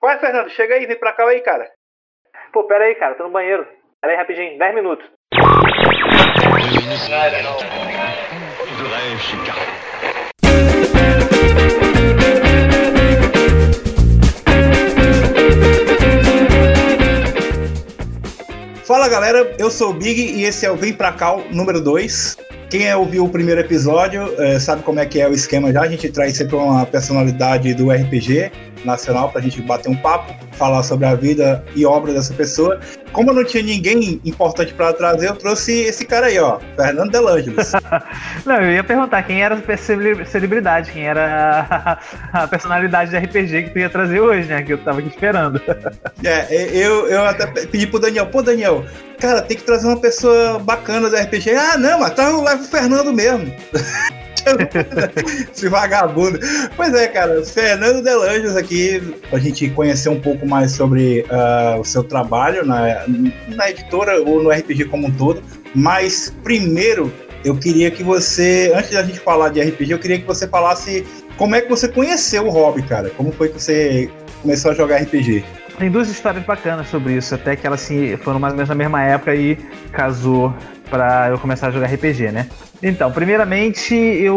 Qual é, Fernando? Chega aí, vem pra cá aí, cara. Pô, pera aí, cara, tô no banheiro. Pera aí rapidinho, 10 minutos. Fala galera, eu sou o Big e esse é o Vem Pra Cá número 2. Quem ouviu o primeiro episódio sabe como é que é o esquema já. A gente traz sempre uma personalidade do RPG nacional pra gente bater um papo, falar sobre a vida e obra dessa pessoa. Como eu não tinha ninguém importante pra trazer, eu trouxe esse cara aí, ó, Fernando Delangelos. Não, eu ia perguntar quem era a celebridade, quem era a personalidade de RPG que tu ia trazer hoje, né? Que eu tava aqui esperando. Eu até pedi pro Daniel, Daniel, cara, tem que trazer uma pessoa bacana do RPG. Ah, não, mas então leva o Fernando mesmo. Esse vagabundo. Pois é, cara, Fernando Delangelos aqui, pra gente conhecer um pouco mais sobre o seu trabalho na editora ou no RPG como um todo. Mas primeiro, eu queria que você, antes da gente falar de RPG, eu queria que você falasse como é que você conheceu o hobby, cara. Como foi que você começou a jogar RPG? Tem duas histórias bacanas sobre isso, até que elas foram mais ou menos na mesma época e casou pra eu começar a jogar RPG, né? Então, primeiramente,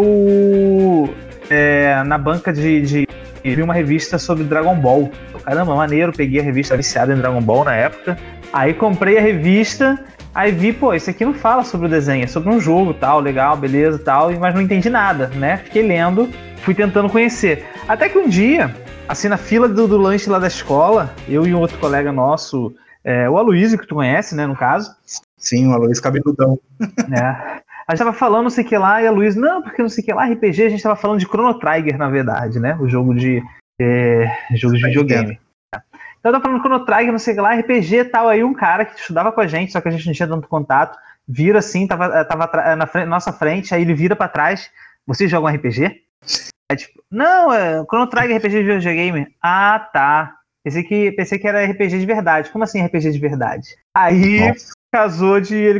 eu na banca vi uma revista sobre Dragon Ball. Caramba, maneiro, peguei a revista viciada em Dragon Ball na época. Aí comprei a revista, aí vi, isso aqui não fala sobre o desenho, é sobre um jogo, tal, legal, beleza, tal, mas não entendi nada, né? Fiquei lendo, fui tentando conhecer. Até que um dia, assim, na fila do lanche lá da escola, eu e um outro colega nosso, o Aloysio, que tu conhece, né, no caso. Sim, o Aloysio cabeludão. A gente tava falando não sei o que lá, e a Luiz, não, porque não sei o que lá, RPG, a gente tava falando de Chrono Trigger, na verdade, né? O jogo de videogame. Então eu tava falando de Chrono Trigger, não sei o que lá, RPG e tal. Aí um cara que estudava com a gente, só que a gente não tinha tanto contato, vira assim, tava na nossa frente, aí ele vira pra trás. Vocês jogam RPG? Aí tipo, não, Chrono Trigger RPG de videogame. Ah, tá. Pensei que era RPG de verdade. Como assim RPG de verdade? Aí... Nossa. Casou de ele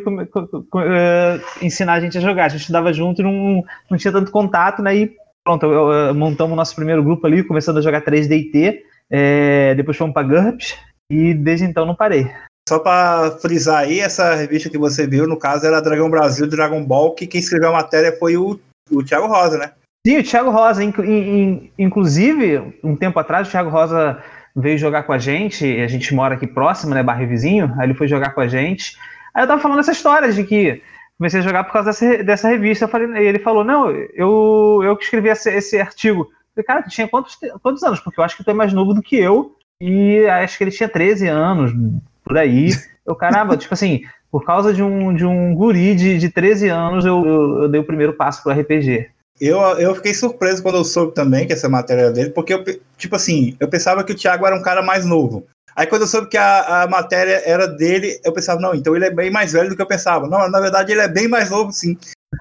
ensinar a gente a jogar. A gente estudava junto e não tinha tanto contato, né? E pronto, montamos o nosso primeiro grupo ali, começando a jogar 3D&T, depois fomos para GURPS e desde então não parei. Só para frisar aí, essa revista que você viu, no caso, era Dragão Brasil, Dragon Ball, que quem escreveu a matéria foi o Thiago Rosa, né? Sim, o Thiago Rosa. Inclusive, um tempo atrás, o Thiago Rosa veio jogar com a gente mora aqui próximo, né, bairro vizinho, aí ele foi jogar com a gente. Aí eu tava falando essa história de que comecei a jogar por causa dessa revista. E ele falou, não, eu que escrevi esse artigo. Eu falei, cara, tu tinha quantos anos? Porque eu acho que tu é mais novo do que eu, e acho que ele tinha 13 anos, por aí. Eu, caramba, tipo assim, por causa de um guri de 13 anos, eu dei o primeiro passo pro RPG. Eu fiquei surpreso quando eu soube também que essa matéria era dele, porque eu pensava que o Thiago era um cara mais novo. Aí quando eu soube que a matéria era dele, eu pensava, não, então ele é bem mais velho do que eu pensava. Não, na verdade ele é bem mais novo, sim.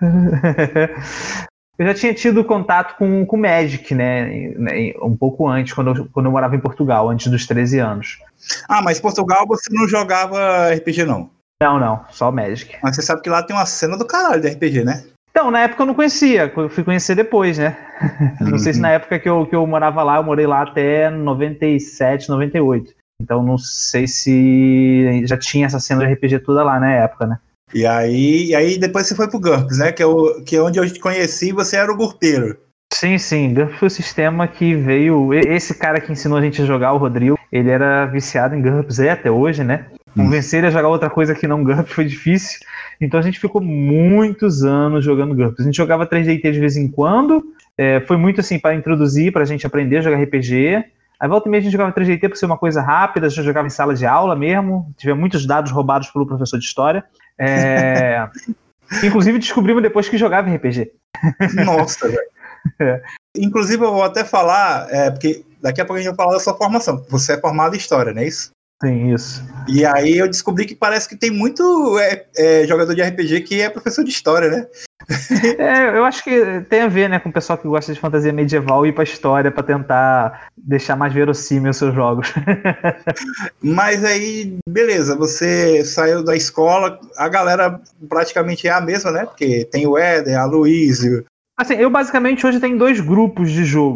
Eu já tinha tido contato com o Magic, né, um pouco antes, quando eu morava em Portugal, antes dos 13 anos. Ah, mas em Portugal você não jogava RPG, não? Não, só Magic. Mas você sabe que lá tem uma cena do caralho de RPG, né? Então, na época eu não conhecia, eu fui conhecer depois, né? Não sei se na época que eu morava lá, eu morei lá até 97, 98. Então não sei se já tinha essa cena de RPG toda lá na época, né? E aí depois você foi pro GURPS, né? Que é onde eu te conheci, você era o GURPeiro. Sim, GURPS foi o sistema que veio... Esse cara que ensinou a gente a jogar, o Rodrigo, ele era viciado em GURPS, até hoje, né? Convencer ele a jogar outra coisa que não GURPS foi difícil. Então a gente ficou muitos anos jogando GURPS. A gente jogava 3D&T de vez em quando. Foi muito assim para introduzir, pra gente aprender a jogar RPG. Aí volta e meia a gente jogava 3D&T por ser uma coisa rápida. A gente jogava em sala de aula mesmo. Tive muitos dados roubados pelo professor de história. Inclusive descobrimos depois que jogava RPG. Nossa, velho. Inclusive eu vou até falar, porque daqui a pouco a gente vai falar da sua formação. Você é formado em história, não é isso? Sim, isso. E aí eu descobri que parece que tem muito jogador de RPG que é professor de história, né? Eu acho que tem a ver, né, com o pessoal que gosta de fantasia medieval e ir pra história pra tentar deixar mais verossímil os seus jogos. Mas aí, beleza, você saiu da escola, a galera praticamente é a mesma, né? Porque tem o Éder, a Aloysio. Assim, eu basicamente hoje tenho 2 grupos de jogo.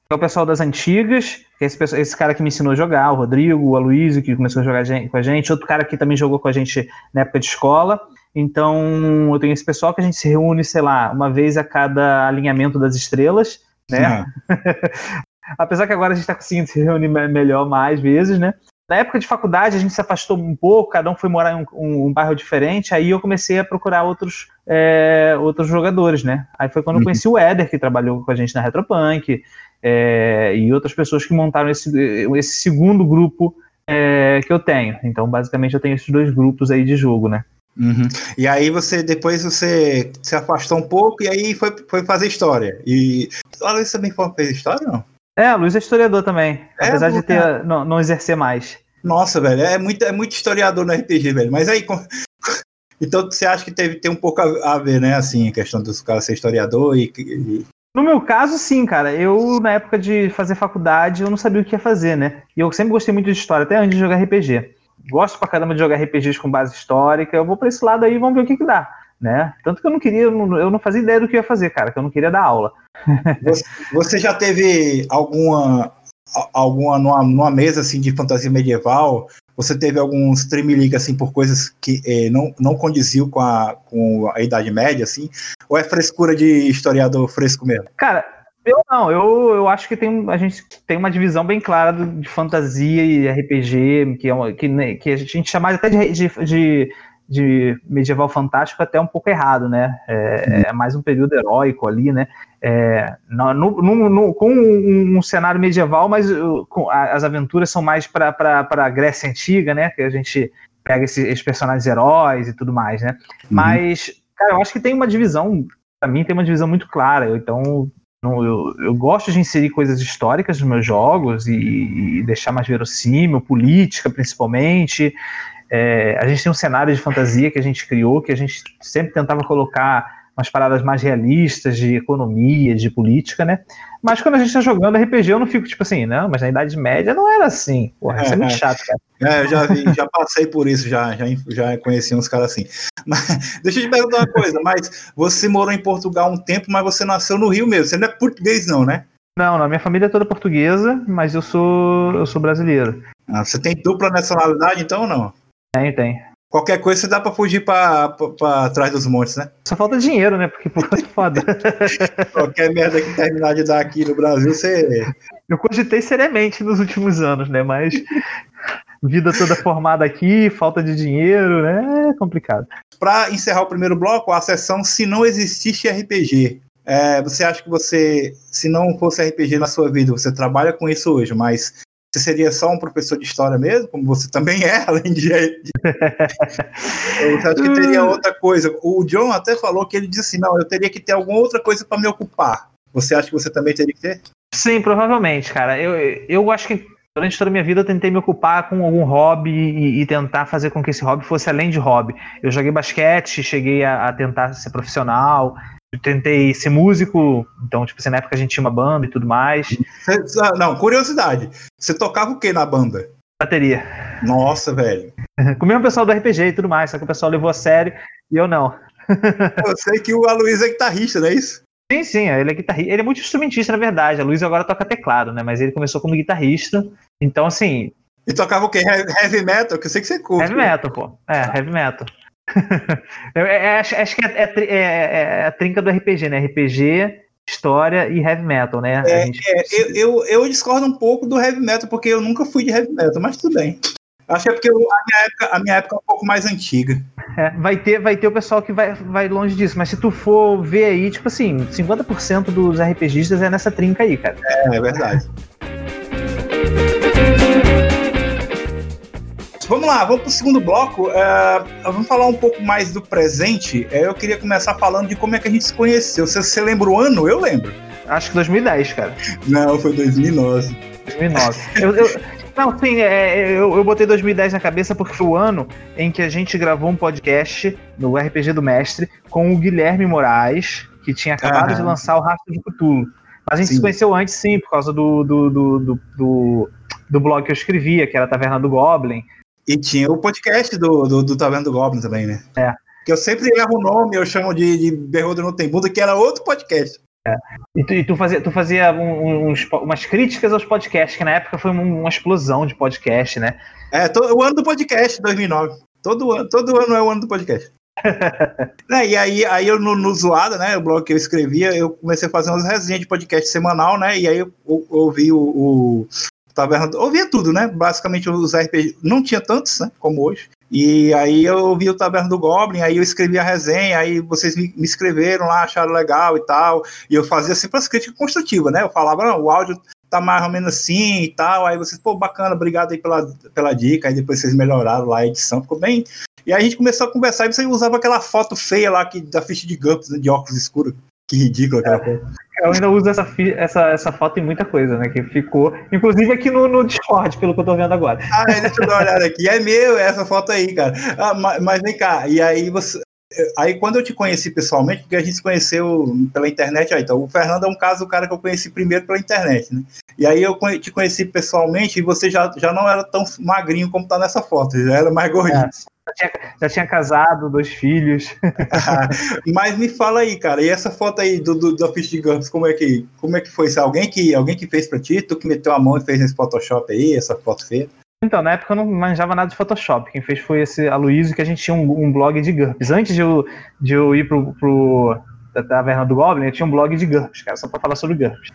é o pessoal das antigas, que é esse cara que me ensinou a jogar, o Rodrigo, o Aloysio, que começou a jogar com a gente, outro cara que também jogou com a gente na época de escola. Então, eu tenho esse pessoal que a gente se reúne, sei lá, uma vez a cada alinhamento das estrelas, né? Apesar que agora a gente está conseguindo se reunir melhor mais vezes, né? Na época de faculdade, a gente se afastou um pouco, cada um foi morar em um bairro diferente, aí eu comecei a procurar outros jogadores, né? Aí foi quando eu conheci o Éder, que trabalhou com a gente na Retropunk, e outras pessoas que montaram esse segundo grupo que eu tenho. Então, basicamente, eu tenho esses 2 grupos aí de jogo, né? Uhum. E aí depois você se afastou um pouco e aí foi fazer história. E a Luiz também fez história, não? A Luiz é historiador também, apesar de não exercer mais. Nossa, velho, é muito historiador no RPG, velho. Mas aí, então você acha que tem um pouco a ver, né, assim, a questão dos caras ser historiador e... No meu caso, sim, cara. Eu, na época de fazer faculdade, eu não sabia o que ia fazer, né? E eu sempre gostei muito de história, até antes de jogar RPG. Gosto pra caramba de jogar RPGs com base histórica, eu vou pra esse lado aí e vamos ver o que dá, né? Tanto que eu não fazia ideia do que eu ia fazer, cara, que eu não queria dar aula. Você já teve alguma numa mesa assim de fantasia medieval? Você teve alguns tremelique assim por coisas que não condiziam com a Idade Média, assim? Ou é frescura de historiador fresco mesmo? Cara, eu acho que a gente tem uma divisão bem clara de fantasia e RPG, que a gente chama até de medieval fantástico até um pouco errado, né? É mais um período heróico ali, né? Com um cenário medieval, mas as aventuras são mais para a Grécia Antiga, né? Que a gente pega esses personagens heróis e tudo mais, né? Mas, cara, eu acho que tem uma divisão, para mim tem uma divisão muito clara. Eu gosto de inserir coisas históricas nos meus jogos e deixar mais verossímil, política principalmente. A gente tem um cenário de fantasia que a gente criou, que a gente sempre tentava colocar umas paradas mais realistas de economia, de política, né? Mas quando a gente tá jogando RPG, eu não fico tipo assim, não, mas na Idade Média não era assim. Porra, isso é muito chato, cara. Eu já passei por isso, já conheci uns caras assim. Mas, deixa eu te perguntar uma coisa, mas você morou em Portugal um tempo, mas você nasceu no Rio mesmo, você não é português não, né? Não, minha família é toda portuguesa, mas eu sou brasileiro. Você tem dupla nacionalidade então ou não? Tem. Qualquer coisa você dá pra fugir pra trás dos montes, né? Só falta dinheiro, né? Porque, pô, é foda. Qualquer merda que terminar de dar aqui no Brasil, você... Eu cogitei seriamente nos últimos anos, né? Mas vida toda formada aqui, falta de dinheiro, né? É complicado. Pra encerrar o primeiro bloco, a sessão Se Não Existisse RPG. Você acha que se não fosse RPG na sua vida, você trabalha com isso hoje, mas... Você seria só um professor de história mesmo, como você também é, além de... Você acha que teria outra coisa? O John até falou que ele disse assim, não, eu teria que ter alguma outra coisa para me ocupar. Você acha que você também teria que ter? Sim, provavelmente, cara. Eu acho que durante toda a minha vida eu tentei me ocupar com algum hobby e tentar fazer com que esse hobby fosse além de hobby. Eu joguei basquete, cheguei a tentar ser profissional... Eu tentei ser músico, então, tipo assim, na época a gente tinha uma banda e tudo mais. Não, curiosidade. Você tocava o que na banda? Bateria. Nossa, velho. Com o mesmo pessoal do RPG e tudo mais, só que o pessoal levou a sério e eu não. Eu sei que o Aloysio é guitarrista, não é isso? Sim, ele é guitarrista. Ele é muito instrumentista, na verdade. A Aloysio agora toca teclado, né? Mas ele começou como guitarrista. Então, assim... E tocava o quê? Heavy metal? Que eu sei que você curte. Heavy metal, pô. Heavy metal. Acho que é a trinca do RPG, né? RPG, história e heavy metal, né? Eu discordo um pouco do heavy metal, porque eu nunca fui de heavy metal, mas tudo bem. Acho que é porque a minha época é um pouco mais antiga. Vai ter o pessoal que vai longe disso, mas se tu for ver aí, tipo assim, 50% dos RPGistas é nessa trinca aí, cara. É verdade. Vamos lá, vamos para o segundo bloco. Vamos falar um pouco mais do presente. Eu queria começar falando de como é que a gente se conheceu. Você lembra o ano? Eu lembro. Acho que 2010, cara. Não, foi 2009. 2009. Não, sim, eu botei 2010 na cabeça porque foi o ano em que a gente gravou um podcast no RPG do Mestre com o Guilherme Moraes, que tinha acabado de lançar o Rastro de Cthulhu. Mas a gente se conheceu antes, sim, por causa do blog que eu escrevia, que era a Taverna do Goblin. E tinha o podcast do Taverna do Goblin também, né? Que eu sempre erro o nome, eu chamo de Berrodo Não Tem Bunda, que era outro podcast. E tu fazia umas críticas aos podcasts, que na época foi uma explosão de podcast, né? O ano do podcast, 2009. Todo ano é o ano do podcast. E aí eu no Zoada, né, o blog que eu escrevia, eu comecei a fazer umas resenhas de podcast semanal, né, e aí eu ouvi o Taverna, ouvia tudo, né, basicamente os RPG, não tinha tantos, né, como hoje, e aí eu ouvi o Taverna do Goblin, aí eu escrevi a resenha, aí vocês me escreveram lá, acharam legal e tal, e eu fazia sempre as críticas construtivas, né, eu falava, não, o áudio tá mais ou menos assim e tal, aí vocês, pô, bacana, obrigado aí pela dica, aí depois vocês melhoraram lá a edição, ficou bem. E aí a gente começou a conversar e você usava aquela foto feia lá da ficha de GURPS, né, de óculos escuros. Que ridículo aquela foto. Eu ainda uso essa foto em muita coisa, né? Que ficou, inclusive aqui no Discord, pelo que eu tô vendo agora. Deixa eu dar uma olhada aqui. É meu essa foto aí, cara. Mas vem cá, e aí Aí quando eu te conheci pessoalmente, porque a gente se conheceu pela internet, então o Fernando é um caso, o cara que eu conheci primeiro pela internet, né? E aí eu te conheci pessoalmente e você já não era tão magrinho como tá nessa foto, já era mais gordinho. Já tinha casado, 2 filhos. Mas me fala aí, cara, e essa foto aí da ficha de GURPS, como é que foi? Se alguém que fez pra ti, tu que meteu a mão e fez nesse Photoshop aí, essa foto feia? Então, na época eu não manjava nada de Photoshop. Quem fez foi esse Aloysio, que a gente tinha um blog de GURPS. Antes de eu ir pro da Taverna do Goblin, eu tinha um blog de GURPS, cara, só pra falar sobre GURPS.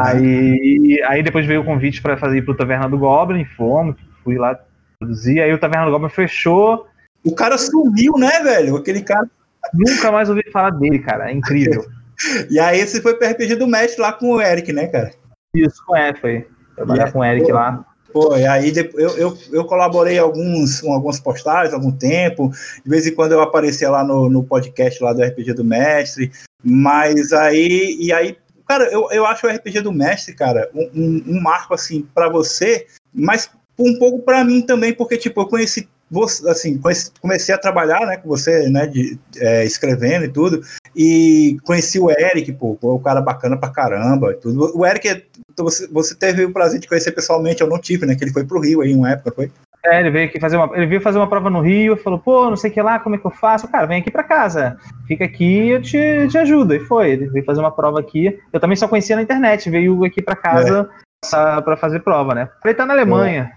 Aí depois veio o convite pra ir pro Taverna do Goblin, fui lá produzir, aí o Taverna do Goblin fechou. O cara sumiu, né, velho? Aquele cara. Nunca mais ouvi falar dele, cara, é incrível. E aí você foi pro RPG do Mestre lá com o Eric, né, cara? Isso, foi trabalhar com o Eric lá. Pô, e aí eu colaborei em algumas postagens há algum tempo, de vez em quando eu aparecia lá no podcast lá do RPG do Mestre, mas aí, cara, eu acho o RPG do Mestre, cara, um marco, assim, pra você, mas um pouco pra mim também, porque, tipo, eu conheci você, assim, comecei a trabalhar, né, com você, né, escrevendo e tudo, e conheci o Eric, pô, o cara bacana pra caramba, tudo. O Eric, você teve o prazer de conhecer pessoalmente, eu não tive, né, que ele foi pro Rio aí uma época, foi? Ele veio aqui fazer uma prova no Rio, falou, pô, não sei o que lá, como é que eu faço? Cara, vem aqui pra casa, fica aqui, eu te ajudo. E foi, ele veio fazer uma prova aqui, eu também só conhecia na internet, veio aqui pra casa pra fazer prova, né? Ele tá na Alemanha.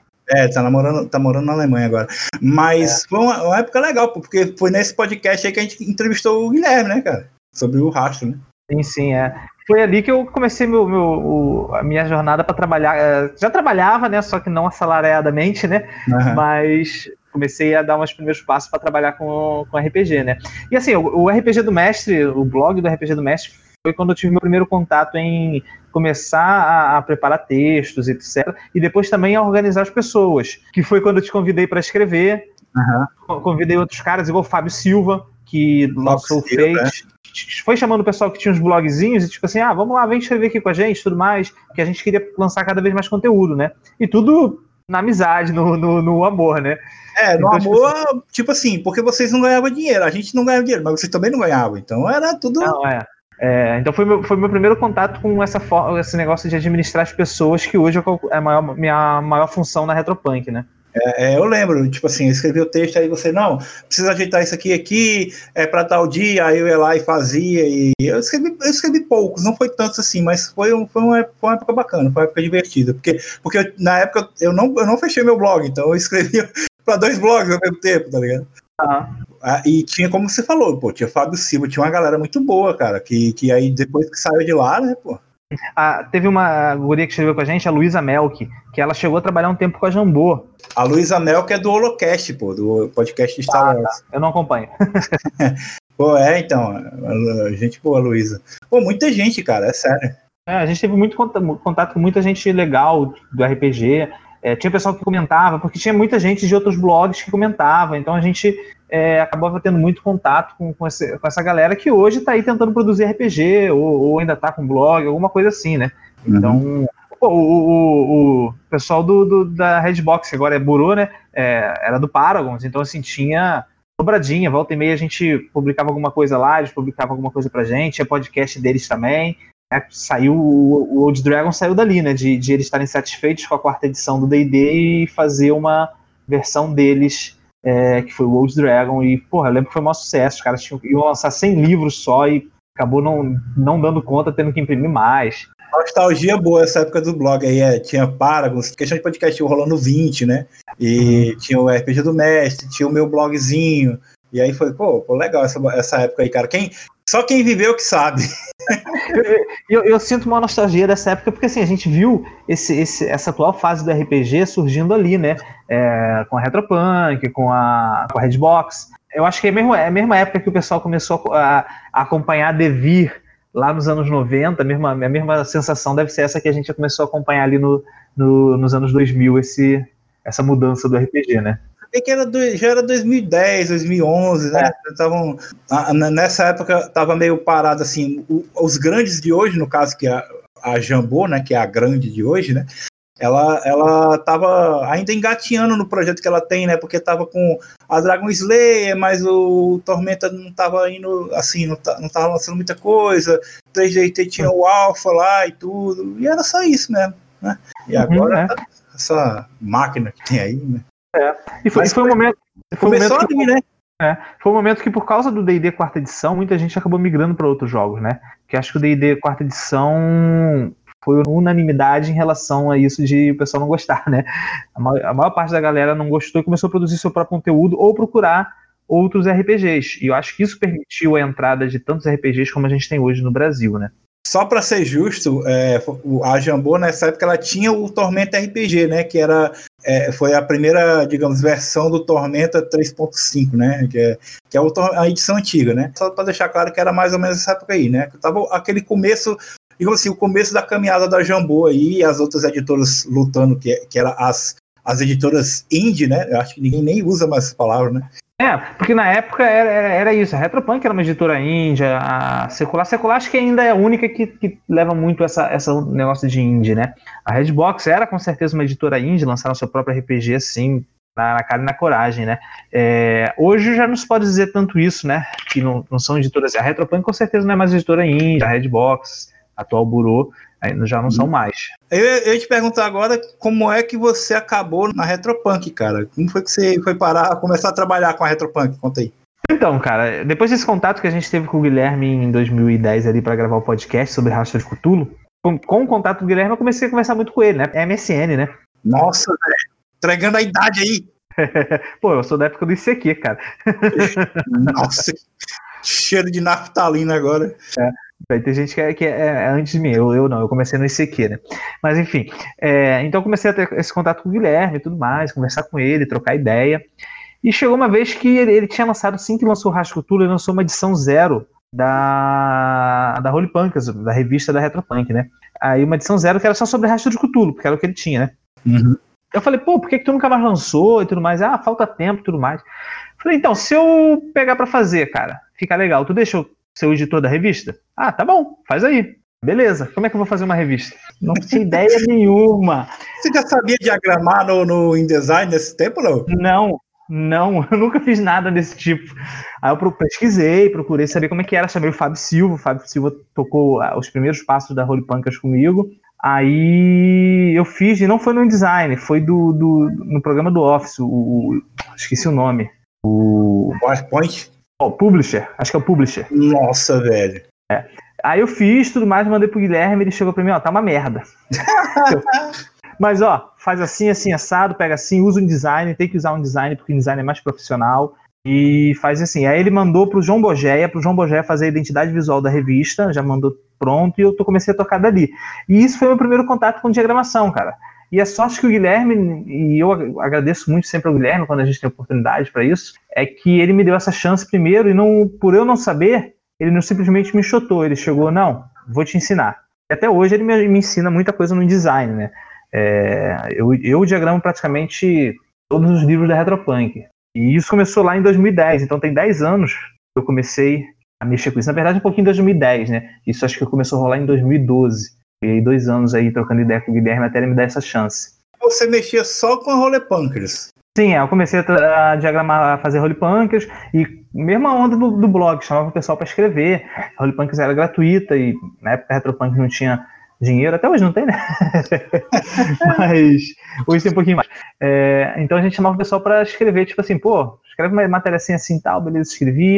Tá morando na Alemanha agora. Mas foi uma época legal, porque foi nesse podcast aí que a gente entrevistou o Guilherme, né, cara? Sobre o rastro, né? Sim, Foi ali que eu comecei a minha jornada para trabalhar. Já trabalhava, né? Só que não assalariadamente, né? Uhum. Mas comecei a dar uns primeiros passos para trabalhar com RPG, né? E assim, o RPG do Mestre, o blog do RPG do Mestre, foi quando eu tive meu primeiro contato em começar a preparar textos, etc. E depois também a organizar as pessoas, que foi quando eu te convidei para escrever. Uhum. Convidei outros caras, igual o Fábio Silva, que lançou o Fate. Foi chamando o pessoal que tinha uns blogzinhos e tipo assim, vamos lá, vem escrever aqui com a gente, tudo mais, que a gente queria lançar cada vez mais conteúdo, né? E tudo na amizade, no amor, né? No amor, tipo assim, porque vocês não ganhavam dinheiro, a gente não ganhava dinheiro, mas vocês também não ganhavam, então era tudo... Então foi meu primeiro contato com esse negócio de administrar as pessoas, que hoje é a minha maior função na Retropunk, né? Eu lembro, tipo assim, eu escrevi o texto, aí você, não, precisa ajeitar isso aqui, para tal dia, aí eu ia lá e fazia, e eu escrevi poucos, não foi tantos assim, mas foi uma época bacana, foi uma época divertida, porque na época eu não fechei meu blog, então eu escrevia para 2 blogs ao mesmo tempo, tá ligado? E tinha, como você falou, pô, tinha Fábio Silva, tinha uma galera muito boa, cara, que aí depois que saiu de lá, né, pô. Teve uma guria que escreveu com a gente, a Luísa Melk, que ela chegou a trabalhar um tempo com a Jambô. A Luísa Melk é do Holocast, pô, do podcast de Star Wars. Eu não acompanho. Pô, então, gente boa, Luísa. Pô, muita gente, cara, é sério. A gente teve muito contato com muita gente legal do RPG. Tinha pessoal que comentava, porque tinha muita gente de outros blogs que comentava, então a gente acabava tendo muito contato com essa galera que hoje tá aí tentando produzir RPG, ou ainda tá com blog, alguma coisa assim, né? Então, o pessoal da Redbox, que agora é Burô, né? Era do Paragons, então assim, tinha dobradinha, volta e meia a gente publicava alguma coisa lá, eles publicavam alguma coisa pra gente, tinha podcast deles também. Saiu o Old Dragon saiu dali, né? De eles estarem satisfeitos com a 4ª edição do D&D e fazer uma versão deles, que foi o Old Dragon. E, porra, eu lembro que foi um maior sucesso. Os caras iam lançar 100 livros só e acabou não dando conta, tendo que imprimir mais. Nostalgia boa essa época do blog aí, tinha Paragons, questão de podcast rolando 20, né? E tinha o RPG do Mestre, tinha o meu blogzinho, e aí foi, pô legal essa época aí, cara. Só quem viveu que sabe. Eu sinto uma nostalgia dessa época, porque assim, a gente viu essa atual fase do RPG surgindo ali, né? Com a Retropunk, com a Redbox. Eu acho que é a mesma época que o pessoal começou a acompanhar a Devir lá nos anos 90, a mesma sensação deve ser essa que a gente já começou a acompanhar ali nos anos 2000, essa mudança do RPG, né? Já era 2010, 2011, né? Nessa época tava meio parado, assim, os grandes de hoje, no caso que a Jambô, né, que é a grande de hoje, né? Ela tava ainda engatinhando no projeto que ela tem, né? Porque tava com a Dragon Slayer, mas o Tormenta não tava indo, assim, não tava lançando muita coisa. 3DT tinha o Alpha lá e tudo. E era só isso mesmo, né? E agora essa máquina que tem aí, né? E foi um momento. Começou a vir, né? Foi um momento que, por causa do D&D quarta edição, muita gente acabou migrando para outros jogos, né? Porque acho que o D&D quarta edição foi unanimidade em relação a isso de o pessoal não gostar, né? A maior parte da galera não gostou e começou a produzir seu próprio conteúdo ou procurar outros RPGs. E eu acho que isso permitiu a entrada de tantos RPGs como a gente tem hoje no Brasil, né? Só para ser justo, a Jambô, nessa época, ela tinha o Tormenta RPG, né? Que foi a primeira, digamos, versão do Tormenta 3.5, né? Que é a edição antiga, né? Só para deixar claro que era mais ou menos essa época aí, né? Tava aquele começo, digamos assim, o começo da caminhada da Jambô aí, e as outras editoras lutando, que eram as editoras indie, né? Eu acho que ninguém nem usa mais essa palavra, né? Porque na época era isso, a Retropunk era uma editora indie, a Secular acho que ainda é a única que leva muito essa negócio de indie, né? A Redbox era com certeza uma editora indie, lançaram seu próprio RPG assim, na cara e na coragem, né? Hoje já não se pode dizer tanto isso, né? Que não são editoras, a Retropunk com certeza não é mais editora indie, a Redbox, a atual Burô, já não são mais. Eu ia te perguntar agora como é que você acabou na Retropunk, cara. Como foi que você foi começar a trabalhar com a Retropunk? Conta aí. Então, cara, depois desse contato que a gente teve com o Guilherme em 2010 ali para gravar o podcast sobre Rastro de Cthulhu, com o contato do Guilherme eu comecei a conversar muito com ele, né? MSN, né? Nossa, velho. Entregando a idade aí. Pô, eu sou da época do ICQ, cara. Nossa, cheiro de naftalina agora. Vai ter gente que é antes de mim, eu não, eu comecei no ICQ, né? Mas enfim, então eu comecei a ter esse contato com o Guilherme e tudo mais, conversar com ele, trocar ideia. E chegou uma vez que ele tinha lançado, assim que lançou o Rastro de Cthulhu, ele lançou uma edição 0 da Holy Punkers, da revista da Retropunk, né? Aí uma edição 0 que era só sobre Rastro de Cthulhu, porque era o que ele tinha, né? Uhum. Eu falei, pô, por que tu nunca mais lançou e tudo mais? Falta tempo e tudo mais. Falei, então, se eu pegar pra fazer, cara, fica legal, tu deixa eu ser o editor da revista? Tá bom, faz aí. Beleza, como é que eu vou fazer uma revista? Não tinha ideia nenhuma. Você já sabia diagramar no InDesign nesse tempo, não? Não, eu nunca fiz nada desse tipo. Aí eu pesquisei, procurei saber como é que era, chamei o Fábio Silva tocou os primeiros passos da Holy Punkers comigo. Aí eu fiz, e não foi no InDesign, foi no programa do Office, esqueci o nome. O PowerPoint? Publisher, acho que é o Publisher. Nossa, velho. Aí eu fiz tudo mais, mandei pro Guilherme, ele chegou pra mim, tá uma merda. Mas faz assim, assim, assado, pega assim, usa um design, tem que usar um design, porque o design é mais profissional, e faz assim. Aí ele mandou pro João Bogeia fazer a identidade visual da revista, já mandou pronto, e eu comecei a tocar dali. E isso foi o meu primeiro contato com diagramação, cara. E a sorte que o Guilherme, e eu agradeço muito sempre ao Guilherme quando a gente tem oportunidade para isso, é que ele me deu essa chance primeiro, e não, por eu não saber, ele não simplesmente me chutou, ele chegou, não, vou te ensinar. E até hoje ele me ensina muita coisa no design, né? Eu diagramo praticamente todos os livros da Retropunk. E isso começou lá em 2010, então tem 10 anos que eu comecei a mexer com isso. Na verdade, um pouquinho em 2010, né? Isso acho que começou a rolar em 2012. E aí 2 anos aí trocando ideia com o Guilherme até ele me dar essa chance. Você mexia só com a Holy Punkers? Sim, eu comecei a diagramar, a fazer Holy Punkers, e mesma onda do blog, chamava o pessoal para escrever. A Holy Punkers era gratuita, e na época a Retropunk não tinha dinheiro, até hoje não tem, né? Mas hoje tem um pouquinho mais. Então a gente chamava o pessoal para escrever, tipo assim, pô, escreve uma matéria assim, assim, tal, beleza, escrevia,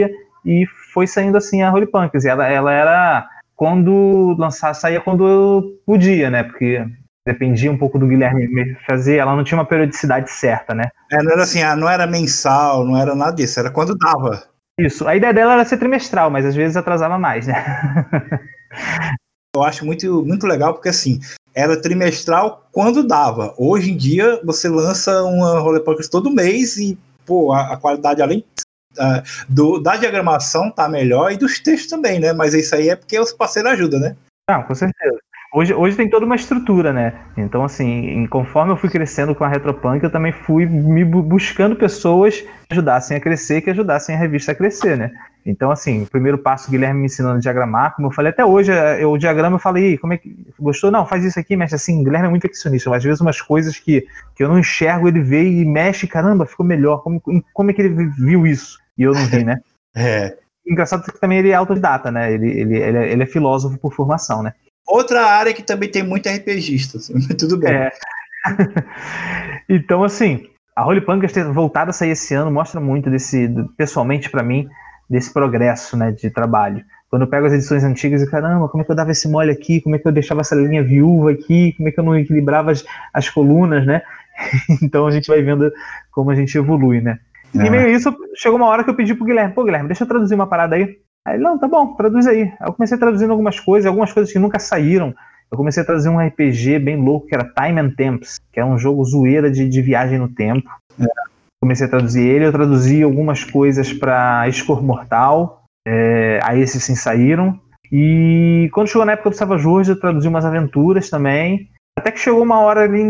e foi saindo assim a Holy Punks. E ela era quando saía quando eu podia, né? Porque dependia um pouco do Guilherme me fazer, ela não tinha uma periodicidade certa, né? Não era assim, não era mensal, não era nada disso, era quando dava. Isso, a ideia dela era ser trimestral, mas às vezes atrasava mais, né? Eu acho muito, muito legal, porque assim, era trimestral quando dava. Hoje em dia, você lança uma Holy Punks todo mês e, pô, a qualidade, além da diagramação, tá melhor, e dos textos também, né? Mas isso aí é porque os parceiros ajudam, né? Não, com certeza. Hoje tem toda uma estrutura, né? Então, assim, conforme eu fui crescendo com a Retropunk, eu também fui me buscando pessoas que ajudassem a crescer, que ajudassem a revista a crescer, né? Então, assim, o primeiro passo, o Guilherme me ensinando a diagramar, como eu falei até hoje, o diagrama eu falei, como é que gostou? Não, faz isso aqui, mexe assim. O Guilherme é muito perfeccionista, às vezes umas coisas que eu não enxergo, ele vê e mexe, caramba, ficou melhor. Como é que ele viu isso? E eu não vi, né? Engraçado que também ele é autodidata, né? Ele é filósofo por formação, né? Outra área que também tem muito RPGista, tudo bem. Então, assim, a Holy Punkers ter voltado a sair esse ano mostra muito pessoalmente para mim, desse progresso, né, de trabalho. Quando eu pego as edições antigas e caramba, como é que eu dava esse mole aqui, como é que eu deixava essa linha viúva aqui, como é que eu não equilibrava as colunas, né? Então a gente vai vendo como a gente evolui, né? E meio isso, chegou uma hora que eu pedi pro Guilherme, Guilherme, deixa eu traduzir uma parada aí. Aí ele, não, tá bom, traduz aí. Aí eu comecei traduzindo algumas coisas que nunca saíram. Eu comecei a traduzir um RPG bem louco, que era Time and Temps, que é um jogo zoeira de viagem no tempo. Comecei a traduzir ele, eu traduzi algumas coisas para Escor Mortal, aí esses sim saíram. E quando chegou na época do Savage Worlds, eu traduzi umas aventuras também. Até que chegou uma hora ali em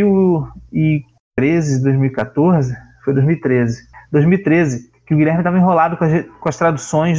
2013, 2014, foi 2013, que o Guilherme estava enrolado com as traduções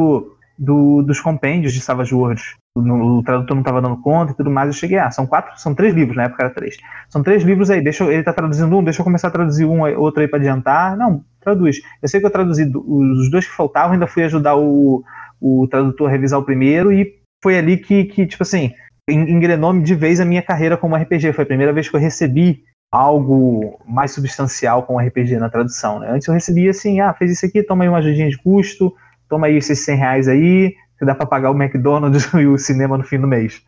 dos compêndios de Savage Worlds. O tradutor não estava dando conta e tudo mais. Eu cheguei, são 3 livros, na época era 3. São 3 livros aí, ele está traduzindo um, deixa eu começar a traduzir outro aí para adiantar. Não, traduz. Eu sei que eu traduzi os 2 que faltavam, ainda fui ajudar o tradutor a revisar o primeiro, e foi ali que tipo assim, engrenou de vez a minha carreira como RPG. Foi a primeira vez que eu recebi algo mais substancial com RPG na tradução, né? Antes eu recebia assim, fez isso aqui, toma aí uma ajudinha de custo, toma aí esses R$100 aí, que dá para pagar o McDonald's e o cinema no fim do mês.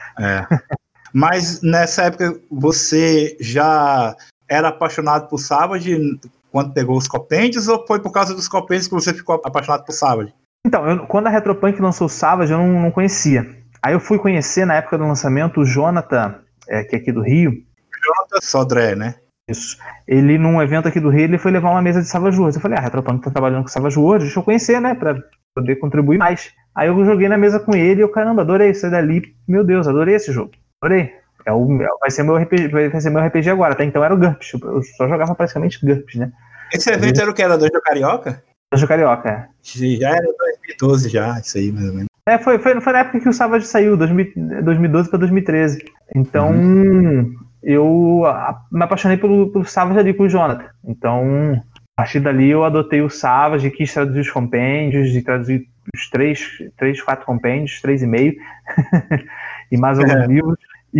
Mas nessa época você já era apaixonado por Savage quando pegou os compêndios, ou foi por causa dos compêndios que você ficou apaixonado por Savage? Então, quando a Retropunk lançou o Savage, eu não conhecia. Aí eu fui conhecer, na época do lançamento, o Jonathan, que é aqui do Rio. Jonathan Sodré, né? Isso. Ele, num evento aqui do Rio, ele foi levar uma mesa de Savage Worlds. Eu falei, a Retropunk tá trabalhando com Savage Worlds, deixa eu conhecer, né, pra poder contribuir mais. Aí eu joguei na mesa com ele e eu, caramba, adorei isso dali. Meu Deus, adorei esse jogo. Adorei. Vai ser meu RPG agora. Até então era o GURPS. Eu só jogava praticamente GURPS, né? Esse evento era o que? Era Dungeon Carioca? Dungeon Carioca, Já era 2012 já, isso aí, mais ou menos. Foi na época que o Savage saiu, 2012 para 2013. Então, eu me apaixonei pelo Savage ali com o Jonathan. Então, a partir dali eu adotei o Savage, quis traduzir os compêndios, e traduzir os 4 compêndios, 3,5, e mais alguns livros.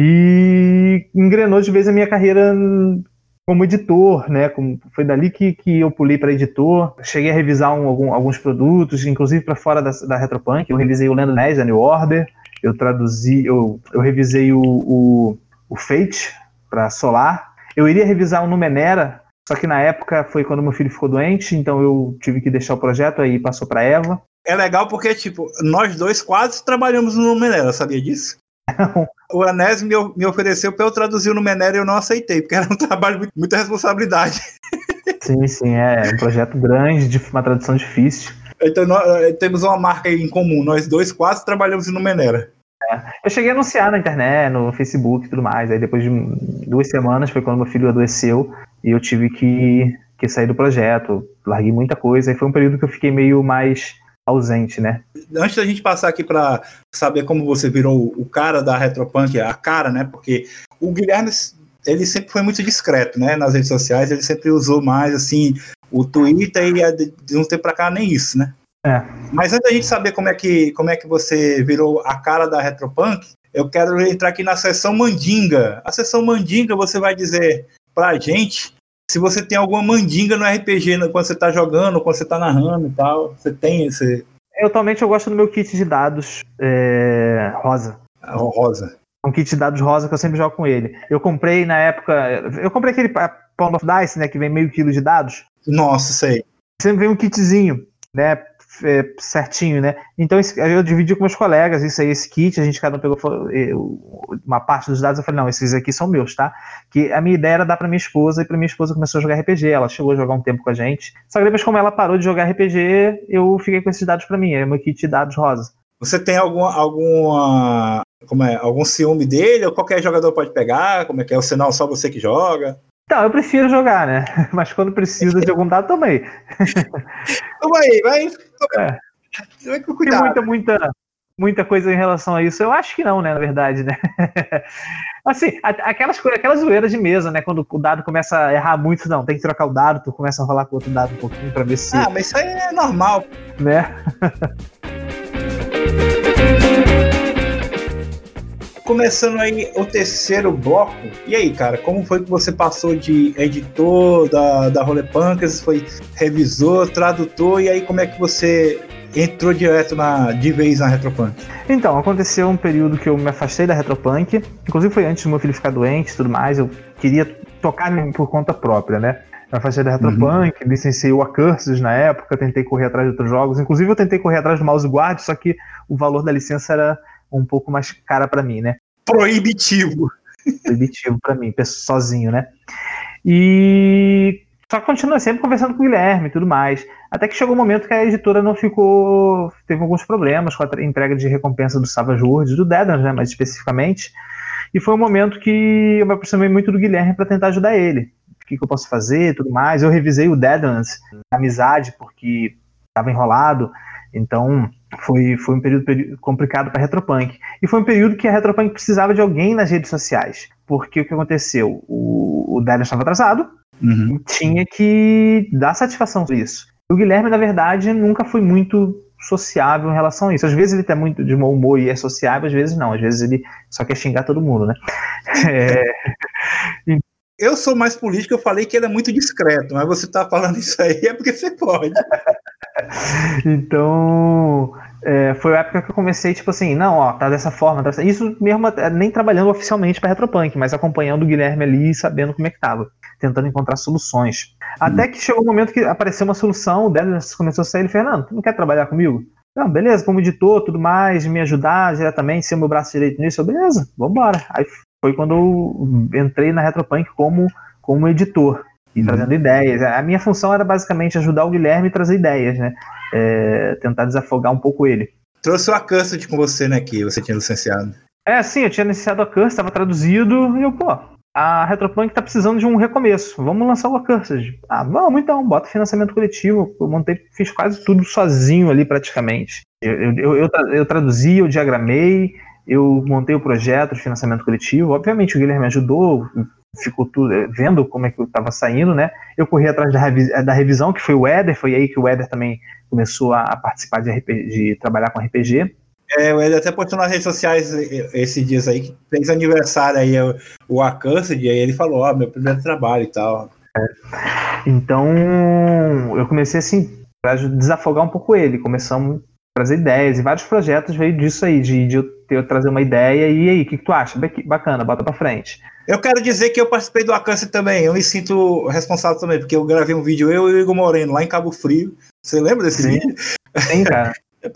E engrenou de vez a minha carreira como editor, né? Foi dali que eu pulei para editor. Cheguei a revisar alguns produtos, inclusive para fora da Retropunk. Eu revisei o Lenda Anéis, da New Order. Eu revisei o Fate para Solar. Eu iria revisar o Numenera, só que na época foi quando meu filho ficou doente, então eu tive que deixar o projeto, aí passou para Eva. É legal porque, tipo, nós dois quase trabalhamos no Numenera, sabia disso? O Anésio me ofereceu para eu traduzir o Numenera e eu não aceitei, porque era um trabalho de muita responsabilidade. Sim, é um projeto grande, uma tradução difícil. Então nós temos uma marca em comum, nós dois quase trabalhamos no Numenera. Eu cheguei a anunciar na internet, no Facebook e tudo mais, aí depois de 2 semanas foi quando meu filho adoeceu e eu tive que sair do projeto, larguei muita coisa, e foi um período que eu fiquei meio mais ausente, né? Antes da gente passar aqui para saber como você virou o cara da Retropunk, a cara, né? Porque o Guilherme, ele sempre foi muito discreto, né? Nas redes sociais, ele sempre usou mais, assim, o Twitter, e de um tempo para cá nem isso, né? Mas antes da gente saber como é que você virou a cara da Retropunk, eu quero entrar aqui na seção Mandinga. A seção Mandinga, você vai dizer pra gente se você tem alguma mandinga no RPG, quando você tá jogando, quando você tá narrando e tal. Você tem esse... atualmente eu gosto do meu kit de dados rosa. Rosa. Um kit de dados rosa que eu sempre jogo com ele. Eu comprei na época. Eu comprei aquele Pound of Dice, né? Que vem meio quilo de dados. Nossa, sei. Sempre vem um kitzinho, né? Certinho, né? Então eu dividi com meus colegas esse kit, a gente cada um pegou uma parte dos dados. Eu falei, não, esses aqui são meus, tá? Que a minha ideia era dar pra minha esposa, e pra minha esposa começou a jogar RPG. Ela chegou a jogar um tempo com a gente. Só que depois, como ela parou de jogar RPG, eu fiquei com esses dados pra mim. É meu kit de dados rosa. Você tem algum ciúme dele? Ou qualquer jogador pode pegar? Como é que é? Ou senão só você que joga? Então, eu prefiro jogar, né? Mas quando precisa de algum dado, também. Toma aí, vai com cuidado. Tem muita coisa em relação a isso. Eu acho que não, né? Na verdade, né? Assim, aquelas zoeiras de mesa, né? Quando o dado começa a errar muito, não, tem que trocar o dado, tu começa a rolar com o outro dado um pouquinho pra ver se... Mas isso aí é normal. Né? Começando aí o terceiro bloco. E aí, cara, como foi que você passou de editor da Rolepunkers, foi revisor, tradutor, e aí como é que você entrou direto de vez na Retropunk? Então, aconteceu um período que eu me afastei da Retropunk, inclusive foi antes do meu filho ficar doente e tudo mais, eu queria tocar por conta própria, né? Me afastei da Retropunk, licenciei o Accursed na época, tentei correr atrás de outros jogos, inclusive eu tentei correr atrás do Mouse Guard, só que o valor da licença era um pouco mais cara pra mim, né? Proibitivo pra mim, sozinho, né? E só que continuei sempre conversando com o Guilherme e tudo mais. Até que chegou um momento que a editora não ficou... Teve alguns problemas com a entrega de recompensa do Savage Worlds, do Deadlands, né? Mais especificamente. E foi um momento que eu me aproximei muito do Guilherme para tentar ajudar ele. O que eu posso fazer e tudo mais. Eu revisei o Deadlands, amizade, porque estava enrolado. Então... Foi um período complicado para a Retropunk. E foi um período que a Retropunk precisava de alguém nas redes sociais. Porque o que aconteceu? O Deadlands estava atrasado e tinha que dar satisfação por isso. O Guilherme, na verdade, nunca foi muito sociável em relação a isso. Às vezes ele tá muito de mau humor e é sociável, às vezes não. Às vezes ele só quer xingar todo mundo, né? Eu sou mais político, eu falei que ele é muito discreto, mas você tá falando isso aí é porque você pode. Então, foi a época que eu comecei, tipo assim, não, ó, tá dessa forma, tá dessa... Isso mesmo, nem trabalhando oficialmente pra Retropunk, mas acompanhando o Guilherme ali e sabendo como é que tava, tentando encontrar soluções. Até que chegou um momento que apareceu uma solução, o Deadlands começou a sair, ele falou, Fernando, tu não quer trabalhar comigo? Não, beleza, como editor, tudo mais, me ajudar diretamente, ser meu braço direito nisso, beleza, vambora. Aí foi quando eu entrei na Retropunk como editor e trazendo ideias. A minha função era basicamente ajudar o Guilherme a trazer ideias, né? Tentar desafogar um pouco ele. Trouxe o Accursed com você, né? Que você tinha licenciado. Sim, eu tinha licenciado o Accursed, estava traduzido, e eu, a Retropunk tá precisando de um recomeço. Vamos lançar o Accursed. Vamos então, bota financiamento coletivo. Eu fiz quase tudo sozinho ali praticamente. Eu traduzi, eu diagramei, eu montei o projeto de financiamento coletivo. Obviamente o Guilherme me ajudou, ficou tudo, vendo como é que eu estava saindo, né? Eu corri atrás da revisão, que foi o Éder, foi aí que o Éder também começou a participar de trabalhar com RPG. O Éder até postou nas redes sociais esses dias aí, que fez aniversário aí, o Accursed, e aí ele falou, meu primeiro trabalho e tal. Então, eu comecei assim, para desafogar um pouco ele, começamos a trazer ideias, e vários projetos veio disso aí, de eu trazer uma ideia, e aí, o que tu acha? Bacana, bota pra frente. Eu quero dizer que eu participei do Accursed também, eu me sinto responsável também, porque eu gravei um vídeo, eu e o Igor Moreno, lá em Cabo Frio. Você lembra desse vídeo? Sim, cara.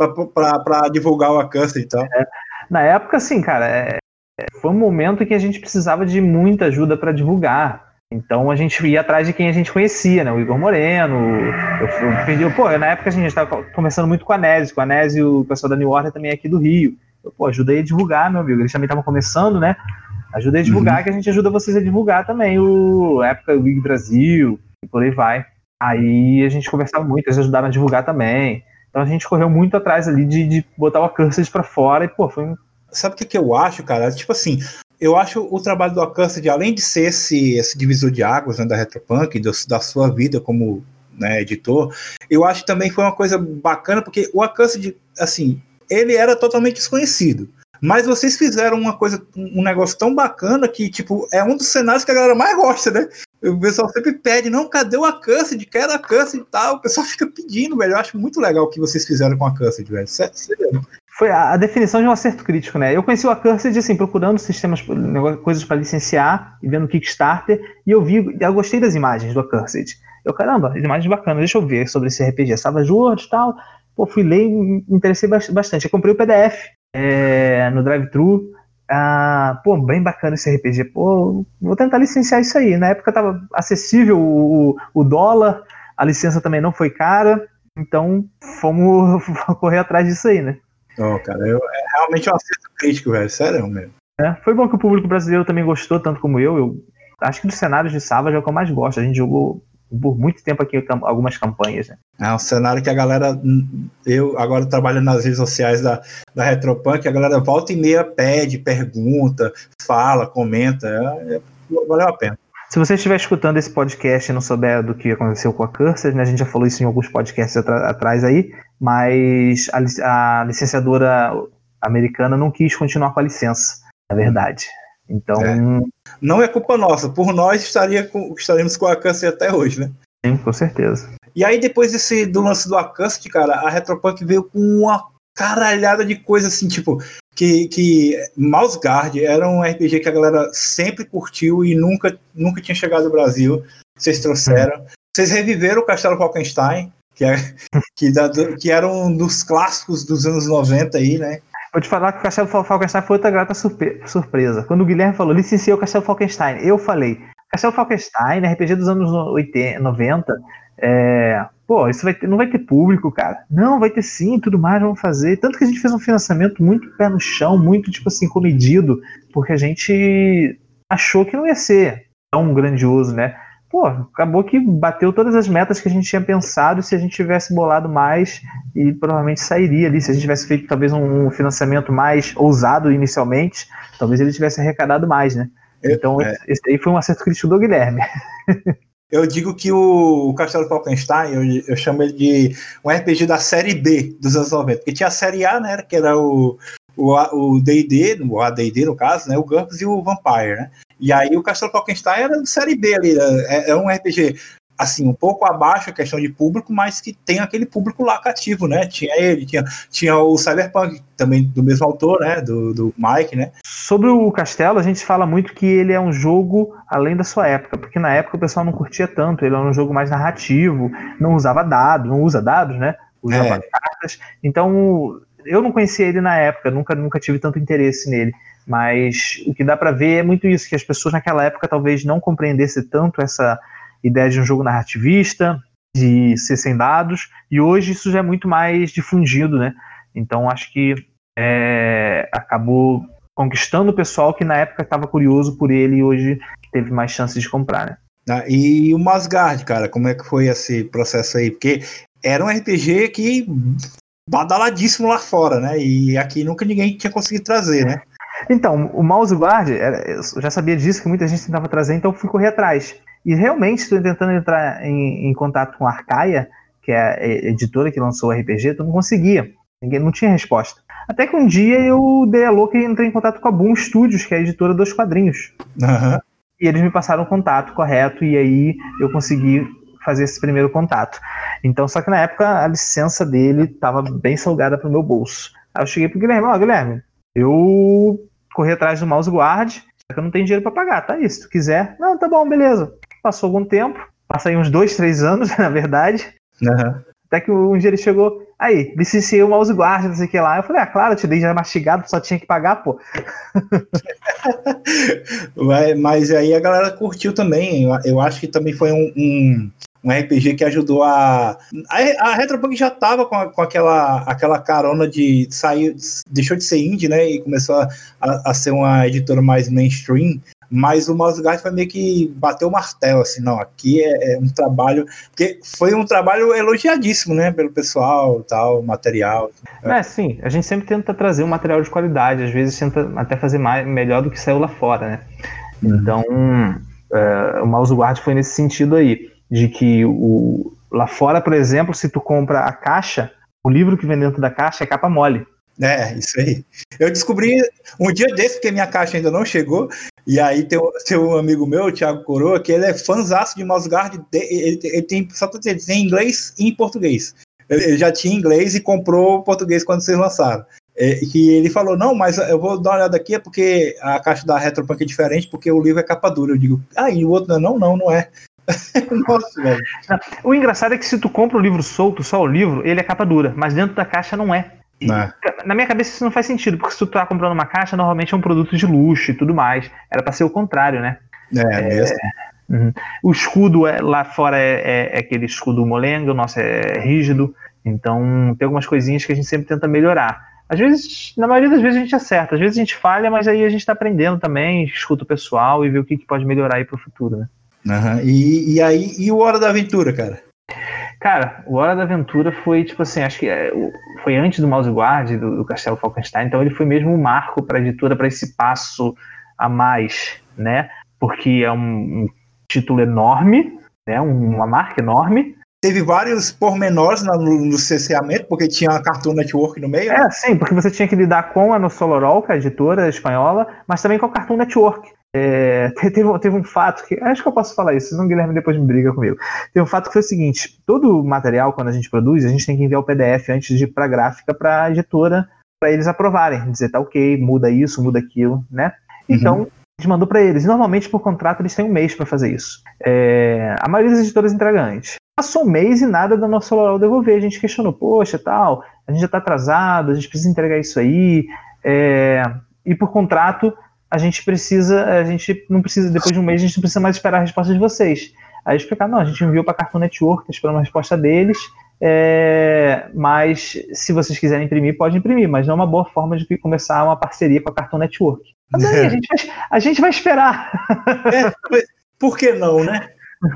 pra divulgar o Accursed e tal. Na época, assim, cara, foi um momento que a gente precisava de muita ajuda para divulgar. Então a gente ia atrás de quem a gente conhecia, né? O Igor Moreno. Na época a gente estava conversando muito com a Nésio, o pessoal da New Order também aqui do Rio. Ajudei a divulgar, meu amigo. Eles também estavam começando, né? Ajudei a divulgar, que a gente ajuda vocês a divulgar também a época do Big Brasil e por aí vai. Aí a gente conversava muito, eles ajudaram a divulgar também. Então a gente correu muito atrás ali de botar o Accursed pra fora e, foi um... Sabe o que eu acho, cara? Tipo assim, eu acho o trabalho do Accursed, além de ser esse divisor de águas, né, da Retropunk, da sua vida como, né, editor, eu acho que também foi uma coisa bacana, porque o Accursed, assim, ele era totalmente desconhecido. Mas vocês fizeram um negócio tão bacana que, tipo, é um dos cenários que a galera mais gosta, né? O pessoal sempre pede, não, cadê o Accursed? Quero a Accursed e tal. O pessoal fica pedindo, velho. Eu acho muito legal o que vocês fizeram com a Accursed, velho. Sério. Foi a definição de um acerto crítico, né? Eu conheci o Accursed, assim, procurando sistemas, coisas para licenciar e vendo Kickstarter, e eu gostei das imagens do Accursed. Eu, caramba, imagens bacanas, deixa eu ver sobre esse RPG. Savage Worlds e tal. Pô, fui ler e me interessei bastante. Eu comprei o PDF no drive-thru. Pô, bem bacana esse RPG. Pô, vou tentar licenciar isso aí. Na época tava acessível o dólar, a licença também não foi cara, então fomos correr atrás disso aí, né? Cara, é realmente um acerto crítico, velho. Sério mesmo. Foi bom que o público brasileiro também gostou, tanto como eu. Eu acho que dos cenários de Savage é o que eu mais gosto. A gente jogou por muito tempo aqui algumas campanhas, né? É um cenário que a galera... Eu agora trabalho nas redes sociais da Retropunk, a galera volta e meia pede, pergunta, fala, comenta. Valeu a pena. Se você estiver escutando esse podcast e não souber do que aconteceu com a Accursed, né, a gente já falou isso em alguns podcasts atrás aí, mas a licenciadora americana não quis continuar com a licença, na verdade. Então... Não é culpa nossa. Por nós, estaríamos com a Accursed até hoje, né? Sim, com certeza. E aí, depois do lance do Accursed, cara, a Retropunk veio com uma caralhada de coisa assim, tipo... Que Mouse Guard era um RPG que a galera sempre curtiu e nunca tinha chegado ao Brasil. Vocês trouxeram. Vocês reviveram o Castelo Falkenstein, que era um dos clássicos dos anos 90 aí, né? Vou te falar que o Castelo Falkenstein foi outra grata surpresa. Quando o Guilherme falou, licenciei o Castelo Falkenstein, eu falei, Castelo Falkenstein, RPG dos anos 90, pô, isso não vai ter público, cara. Não, vai ter sim, tudo mais, vamos fazer. Tanto que a gente fez um financiamento muito pé no chão, muito, tipo assim, comedido, porque a gente achou que não ia ser tão grandioso, né? Pô, acabou que bateu todas as metas que a gente tinha pensado, se a gente tivesse bolado mais, e provavelmente sairia ali. Se a gente tivesse feito talvez um financiamento mais ousado inicialmente, talvez ele tivesse arrecadado mais, né? Então esse aí foi um acerto crítico do Guilherme. Eu digo que o Castelo Falkenstein, eu chamo ele de um RPG da série B dos anos 90, porque tinha a série A, né, que era o D&D, o AD&D no caso, né, o GURPS e o Vampire, né? E aí o Castelo Falkenstein era série B ali, é um RPG assim, um pouco abaixo a questão de público, mas que tem aquele público lá cativo, né? Tinha ele, tinha o Cyberpunk, também do mesmo autor, né? Do Mike, né? Sobre o Castelo, a gente fala muito que ele é um jogo além da sua época, porque na época o pessoal não curtia tanto, ele era um jogo mais narrativo, não usava dados, não usa dados, né? Usava cartas. Então, eu não conhecia ele na época, nunca tive tanto interesse nele. Mas o que dá pra ver é muito isso, que as pessoas naquela época talvez não compreendessem tanto essa ideia de um jogo narrativista, de ser sem dados, e hoje isso já é muito mais difundido, né? Então acho que acabou conquistando o pessoal que na época estava curioso por ele e hoje teve mais chances de comprar, né? E o Masgard, cara, como é que foi esse processo aí? Porque era um RPG que badaladíssimo lá fora, né? E aqui nunca ninguém tinha conseguido trazer, né? Então, o Mouse Guard, eu já sabia disso, que muita gente tentava trazer, então fui correr atrás. E realmente estou tentando entrar em contato com a Arcaia, que é a editora que lançou o RPG, tu não conseguia. Não tinha resposta. Até que um dia eu dei a louca e entrei em contato com a Boom Studios, que é a editora dos quadrinhos. Uhum. E eles me passaram o contato correto, e aí eu consegui fazer esse primeiro contato. Então, só que na época a licença dele estava bem salgada pro meu bolso. Aí eu cheguei pro Guilherme, Guilherme, eu corri atrás do Mouse Guard, só que eu não tenho dinheiro para pagar, tá isso, se tu quiser. Não, tá bom, beleza. Passou algum tempo, passei uns 2-3 anos, na verdade. Uhum. Até que um dia ele chegou, aí, licenciei o Mouse Guard, não sei o que lá. Eu falei, claro, eu te dei já mastigado, só tinha que pagar, pô. Mas aí a galera curtiu também. Eu acho que também foi um RPG que ajudou a Retropunk já tava com aquela carona de sair, deixou de ser indie, né, e começou a ser uma editora mais mainstream, mas o Mouse Guard foi meio que bateu o martelo, assim, não, aqui é um trabalho, porque foi um trabalho elogiadíssimo, né, pelo pessoal, tal, material. Sim, a gente sempre tenta trazer um material de qualidade, às vezes tenta até fazer melhor do que saiu lá fora, né. Então, o Mouse Guard foi nesse sentido aí, de que lá fora, por exemplo, se tu compra a caixa, o livro que vem dentro da caixa é capa mole. Isso aí. Eu descobri um dia desse, porque minha caixa ainda não chegou, E aí tem um amigo meu, o Thiago Coroa, que ele é fãzaço de Mouse Guard. Ele tem, só pra dizer, ele tem em inglês e em português. Ele já tinha inglês e comprou português quando vocês lançaram. Que ele falou, não, mas eu vou dar uma olhada aqui, é porque a caixa da Retropunk é diferente, porque o livro é capa dura. Eu digo, e o outro não é. Nossa, velho. O engraçado é que se tu compra o livro solto, só o livro, ele é capa dura, mas dentro da caixa não é. Na minha cabeça isso não faz sentido, porque se tu tá comprando uma caixa, normalmente é um produto de luxo e tudo mais. Era pra ser o contrário, né? Mesmo. O escudo lá fora é aquele escudo molenga, o nosso é rígido, então tem algumas coisinhas que a gente sempre tenta melhorar. Às vezes, na maioria das vezes a gente acerta, às vezes a gente falha, mas aí a gente tá aprendendo também, escuta o pessoal e vê o que pode melhorar aí pro futuro, né? E o Hora da Aventura, cara? Cara, o Hora da Aventura foi, tipo assim, acho que foi antes do Mouse Guard, do Castelo Falkenstein, então ele foi mesmo um marco para a editora, para esse passo a mais, né? Porque é um título enorme, né? Uma marca enorme. Teve vários pormenores no cerceamento, porque tinha a Cartoon Network no meio. Sim, porque você tinha que lidar com a Nossolorol, que é a editora espanhola, mas também com a Cartoon Network. Teve um fato que acho que eu posso falar isso, senão o Guilherme depois me briga comigo. Teve um fato que foi o seguinte: todo material, quando a gente produz, a gente tem que enviar o PDF antes de ir para a gráfica, para a editora, para eles aprovarem, dizer tá ok, muda isso, muda aquilo, né? Então a gente mandou para eles, e normalmente por contrato eles têm um mês para fazer isso. A maioria das editoras entrega antes. Passou um mês e nada da nossa Nossolorol devolver. A gente questionou, poxa, tal, a gente já está atrasado, a gente precisa entregar isso aí, e por contrato a gente não precisa, depois de um mês, a gente não precisa mais esperar a resposta de vocês. Aí eles explicaram, não, a gente enviou para a Cartoon Network, tá esperando a resposta deles, mas se vocês quiserem imprimir, pode imprimir, mas não é uma boa forma de começar uma parceria com a Cartoon Network. Mas aí, a gente vai esperar. Por que não, né?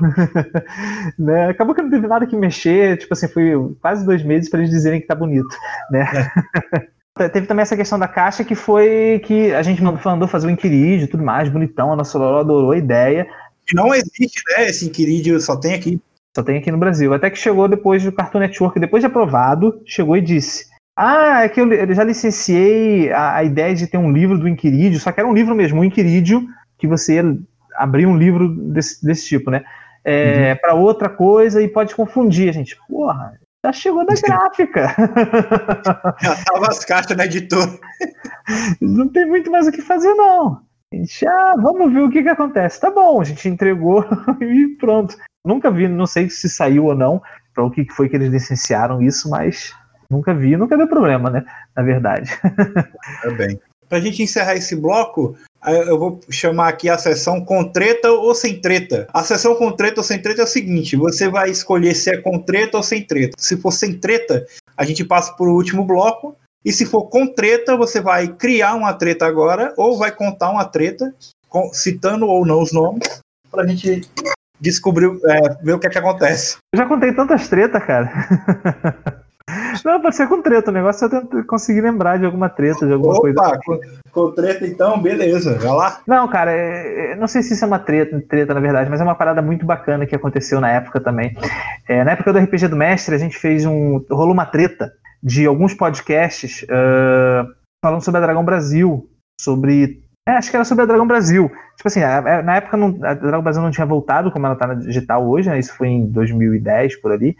Né? Acabou que não teve nada que mexer, tipo assim, foi quase 2 meses para eles dizerem que tá bonito, né? Teve também essa questão da caixa, que foi que a gente mandou fazer o Inquirídeo e tudo mais, bonitão, a Nossolorol adorou a ideia. Que não existe, né? Esse Inquirídeo só tem aqui. Só tem aqui no Brasil. Até que chegou depois do Cartoon Network, depois de aprovado, chegou e disse: é que eu já licenciei a ideia de ter um livro do Inquirídeo, só que era um livro mesmo, um Inquirídeo, que você abrir um livro desse tipo, né? Para outra coisa e pode confundir, a gente. Porra, já chegou da gráfica. Já tava as caixas na editora. Não tem muito mais o que fazer, não. A gente, vamos ver o que acontece. Tá bom, a gente entregou e pronto. Nunca vi, não sei se saiu ou não, para o que foi que eles licenciaram isso, mas nunca vi, nunca deu problema, né? Na verdade. Bem. Pra gente encerrar esse bloco, eu vou chamar aqui a sessão com treta ou sem treta. A sessão com treta ou sem treta é o seguinte: você vai escolher se é com treta ou sem treta. Se for sem treta, a gente passa pro último bloco. E se for com treta, você vai criar uma treta agora, ou vai contar uma treta, citando ou não os nomes, pra gente descobrir, ver o que é que acontece. Eu já contei tantas tretas, cara. Não, pode ser com treta. O negócio é eu conseguir lembrar de alguma treta, de alguma coisa. Opa, com treta então, beleza, vai lá. Não, cara, não sei se isso é uma treta na verdade, mas é uma parada muito bacana que aconteceu na época também. Na época do RPG do Mestre, a gente rolou uma treta de alguns podcasts falando sobre a Dragão Brasil, acho que era sobre a Dragão Brasil. Tipo assim, na época a Dragão Brasil não tinha voltado como ela tá na digital hoje, né? Isso foi em 2010, por ali.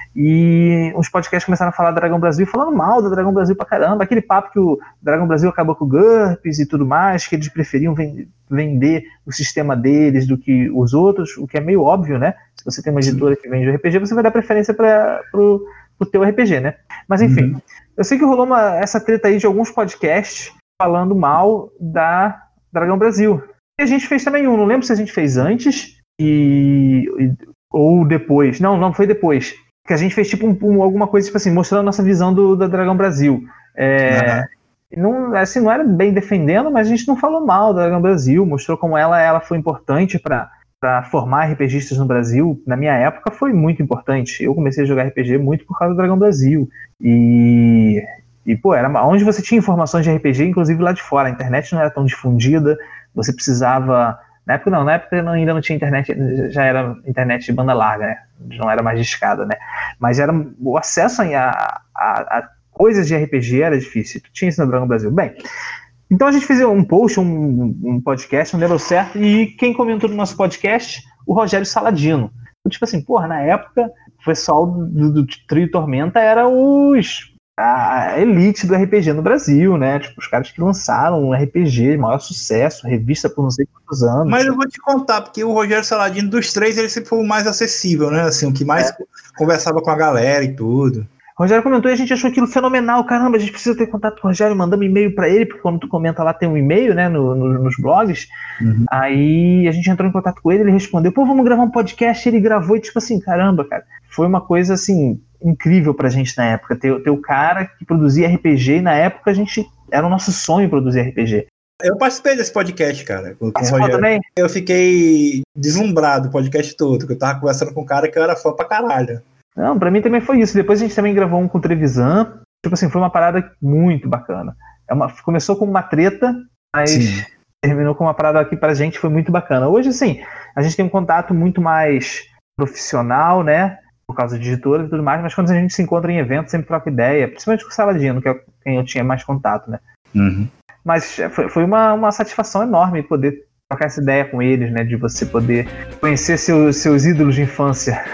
E uns podcasts começaram a falar da Dragão Brasil, falando mal da Dragão Brasil pra caramba. Aquele papo que o Dragão Brasil acabou com o GURPS e tudo mais, que eles preferiam vender o sistema deles do que os outros, o que é meio óbvio, né? Se você tem uma editora que vende o RPG, você vai dar preferência pro teu RPG, né? Mas enfim, eu sei que rolou essa treta aí de alguns podcasts falando mal da Dragão Brasil. E a gente fez também não lembro se a gente fez antes ou depois. Não foi depois. Que a gente fez tipo alguma coisa tipo assim, mostrando a nossa visão da Dragão Brasil. Não era bem defendendo, mas a gente não falou mal da Dragão Brasil, mostrou como ela foi importante para formar RPGistas no Brasil. Na minha época foi muito importante. Eu comecei a jogar RPG muito por causa do Dragão Brasil. E pô, era onde você tinha informações de RPG, inclusive lá de fora. A internet não era tão difundida, você precisava... Na época ainda não tinha internet, já era internet de banda larga, né? Não era mais de escada, né? Mas o acesso a coisas de RPG era difícil. Tu tinha isso no Dragão Brasil. Bem, Então a gente fez um post, um podcast, não deu certo, e quem comentou no nosso podcast? O Rogério Saladino. Tipo assim, porra, na época, o pessoal do Trio Tormenta era a elite do RPG no Brasil, né? Tipo, os caras que lançaram um RPG, maior sucesso, revista por não sei quantos anos. Mas eu vou te contar, porque o Rogério Saladino, dos três, ele sempre foi o mais acessível, né? Assim, o que mais conversava com a galera e tudo. O Rogério comentou e a gente achou aquilo fenomenal. Caramba, a gente precisa ter contato com o Rogério, mandamos e-mail pra ele, porque quando tu comenta lá tem um e-mail, né, nos blogs. Uhum. Aí a gente entrou em contato com ele respondeu, pô, vamos gravar um podcast. Ele gravou e tipo assim, caramba, cara, foi uma coisa assim, incrível pra gente na época. Ter o cara que produzia RPG, e na época era o nosso sonho produzir RPG. Eu participei desse podcast, cara, com o Rogério. Também? Eu fiquei deslumbrado o podcast todo, porque eu tava conversando com um cara que eu era fã pra caralho. Não, pra mim também foi isso. Depois a gente também gravou um com o Trevisan. Tipo assim, foi uma parada muito bacana. Começou com uma treta, mas terminou com uma parada aqui pra gente, foi muito bacana. Hoje, assim, a gente tem um contato muito mais profissional, né? Por causa de editoras e tudo mais, mas quando a gente se encontra em eventos, sempre troca ideia, principalmente com o Saladino, que é quem eu tinha mais contato, né? Uhum. Mas foi uma satisfação enorme poder trocar essa ideia com eles, né? De você poder conhecer seus ídolos de infância.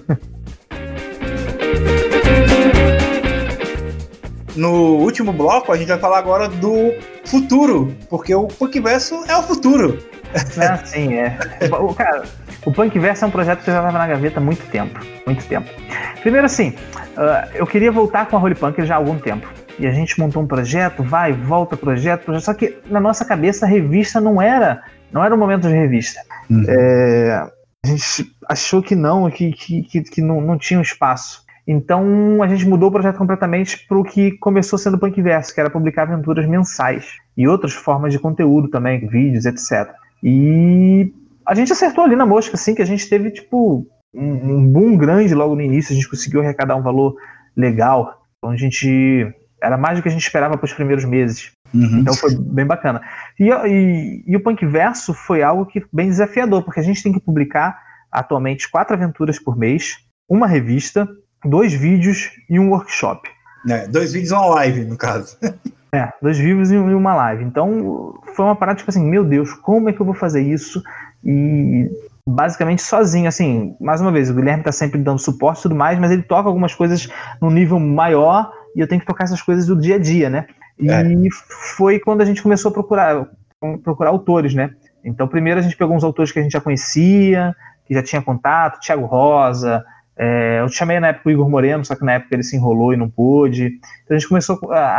No último bloco, a gente vai falar agora do futuro, porque o Punkverso é o futuro. Ah, sim, é. Cara, o Punkverso é um projeto que eu já estava na gaveta há muito tempo. Primeiro, assim, eu queria voltar com a Holy Punk já há algum tempo. E a gente montou um projeto, vai, volta, projeto. Só que na nossa cabeça a revista não era um momento de revista. Uhum. A gente achou que não tinha um espaço. Então a gente mudou o projeto completamente para o que começou sendo o Punkverso, que era publicar aventuras mensais e outras formas de conteúdo também, vídeos, etc. E a gente acertou ali na mosca, assim, que a gente teve tipo um boom grande logo no início, a gente conseguiu arrecadar um valor legal, então a gente era mais do que a gente esperava para os primeiros meses. Uhum. Então foi bem bacana. E o Punkverso foi algo que bem desafiador, porque a gente tem que publicar atualmente 4 aventuras por mês, uma revista, 2 vídeos e um workshop. 2 vídeos e uma live, no caso. 2 vídeos e uma live. Então, foi uma parada tipo assim, meu Deus, como é que eu vou fazer isso? E basicamente sozinho, assim, mais uma vez, o Guilherme tá sempre dando suporte e tudo mais, mas ele toca algumas coisas num nível maior e eu tenho que tocar essas coisas do dia a dia, né? E foi quando a gente começou a procurar autores, né? Então, primeiro a gente pegou uns autores que a gente já conhecia, que já tinha contato, Thiago Rosa. Eu chamei na época o Igor Moreno, só que na época ele se enrolou e não pôde. Então a gente começou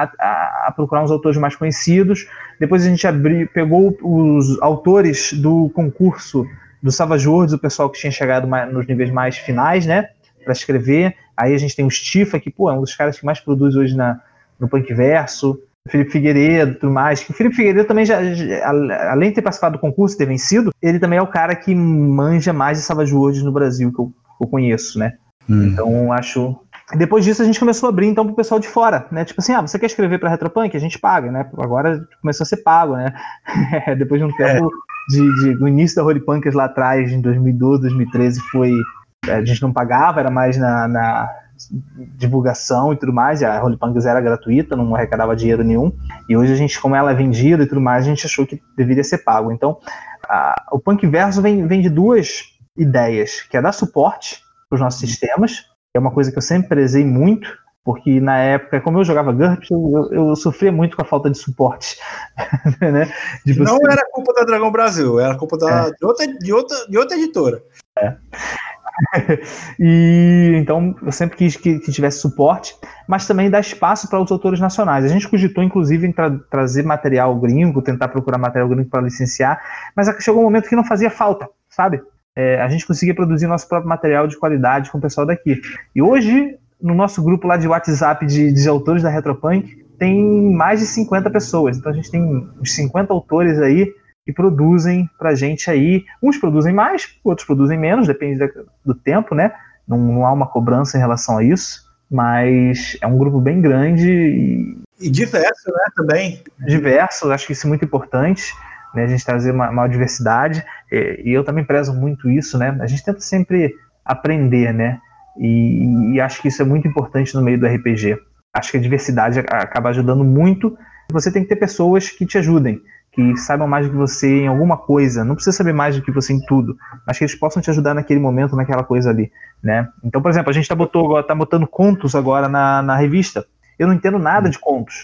a procurar uns autores mais conhecidos. Depois a gente pegou os autores do concurso do Savage Worlds, o pessoal que tinha chegado nos níveis mais finais, né, para escrever. Aí a gente tem o Stifa, que é um dos caras que mais produz hoje no Punkverso. O Felipe Figueiredo e tudo mais. O Felipe Figueiredo também, além de ter participado do concurso e ter vencido, ele também é o cara que manja mais de Savage Worlds no Brasil, que eu conheço, né? Então, acho... Depois disso, a gente começou a abrir, então, pro pessoal de fora, né? Tipo assim, você quer escrever pra Retropunk? A gente paga, né? Agora começou a ser pago, né? Depois de um tempo do início da Holy Punkers lá atrás, em 2012, 2013, a gente não pagava, era mais na divulgação e tudo mais, a Holy Punkers era gratuita, não arrecadava dinheiro nenhum, e hoje a gente, como ela é vendida e tudo mais, a gente achou que deveria ser pago. Então, o Punkverso vem de 2 ideias, que é dar suporte para os nossos sistemas, que é uma coisa que eu sempre prezei muito, porque na época, como eu jogava GURPS, eu sofria muito com a falta de suporte. Né? Não era culpa da Dragão Brasil, era culpa de outra editora. E então eu sempre quis que tivesse suporte, mas também dar espaço para os autores nacionais. A gente cogitou inclusive em trazer material gringo, tentar procurar material gringo para licenciar, mas chegou um momento que não fazia falta, sabe? A gente conseguia produzir nosso próprio material de qualidade com o pessoal daqui. E hoje, no nosso grupo lá de WhatsApp de autores da Retropunk, tem mais de 50 pessoas. Então a gente tem uns 50 autores aí que produzem pra gente aí. Uns produzem mais, outros produzem menos, depende do tempo, né? Não há uma cobrança em relação a isso, mas é um grupo bem grande e diverso, né, também. Diverso, acho que isso é muito importante, né, a gente trazer uma diversidade, e eu também prezo muito isso, né? A gente tenta sempre aprender, né? E acho que isso é muito importante no meio do RPG. Acho que a diversidade acaba ajudando muito você tem que ter pessoas que te ajudem, que saibam mais do que você em alguma coisa. Não precisa saber mais do que você em tudo, mas que eles possam te ajudar naquele momento, naquela coisa ali, né? Então, por exemplo, a gente tá botando contos agora na revista. Eu não entendo nada de contos.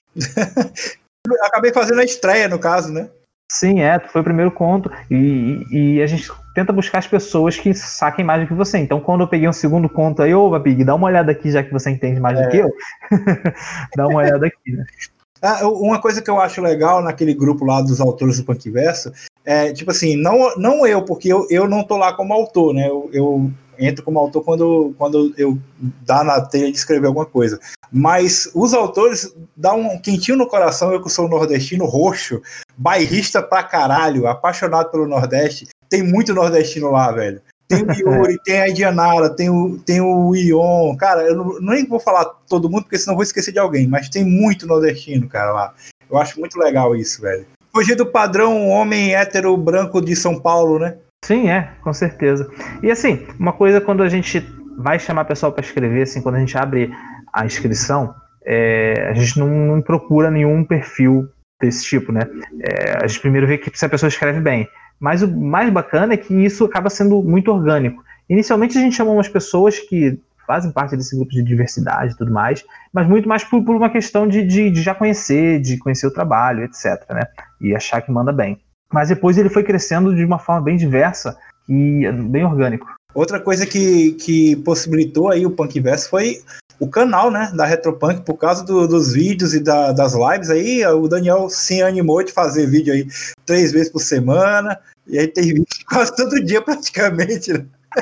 Acabei fazendo a estreia, no caso, né? Sim, foi o primeiro conto, e a gente tenta buscar as pessoas que saquem mais do que você. Então, quando eu peguei um segundo conto aí, ô, Big, dá uma olhada aqui, já que você entende mais do que eu. Dá uma olhada aqui, né? Uma coisa que eu acho legal naquele grupo lá dos autores do Punkverso é, tipo assim, não eu, porque eu não tô lá como autor, né? Eu entro como autor quando eu dá na telha de escrever alguma coisa. Mas os autores dão um quentinho no coração. Eu que sou nordestino roxo, bairrista pra caralho, apaixonado pelo Nordeste. Tem muito nordestino lá, velho. Tem o Yuri, tem a Indianara, tem o Ion. Cara, eu nem vou falar todo mundo, porque senão vou esquecer de alguém. Mas tem muito nordestino, cara, lá. Eu acho muito legal isso, velho. Fugir do padrão homem hétero branco de São Paulo, né? Sim, com certeza. E assim, uma coisa, quando a gente vai chamar pessoal para escrever, assim, quando a gente abre a inscrição, a gente não procura nenhum perfil desse tipo, né? A gente primeiro vê se a pessoa escreve bem. Mas o mais bacana é que isso acaba sendo muito orgânico. Inicialmente a gente chamou umas pessoas que fazem parte desse grupo de diversidade e tudo mais, mas muito mais por uma questão de já conhecer, de conhecer o trabalho, etc, né? E achar que manda bem. Mas depois ele foi crescendo de uma forma bem diversa e bem orgânico. Outra coisa que possibilitou aí o Punkverso foi o canal, né, da Retropunk, por causa dos vídeos e das lives. Aí o Daniel se animou de fazer vídeo aí 3 vezes por semana, e aí tem vídeo quase todo dia praticamente,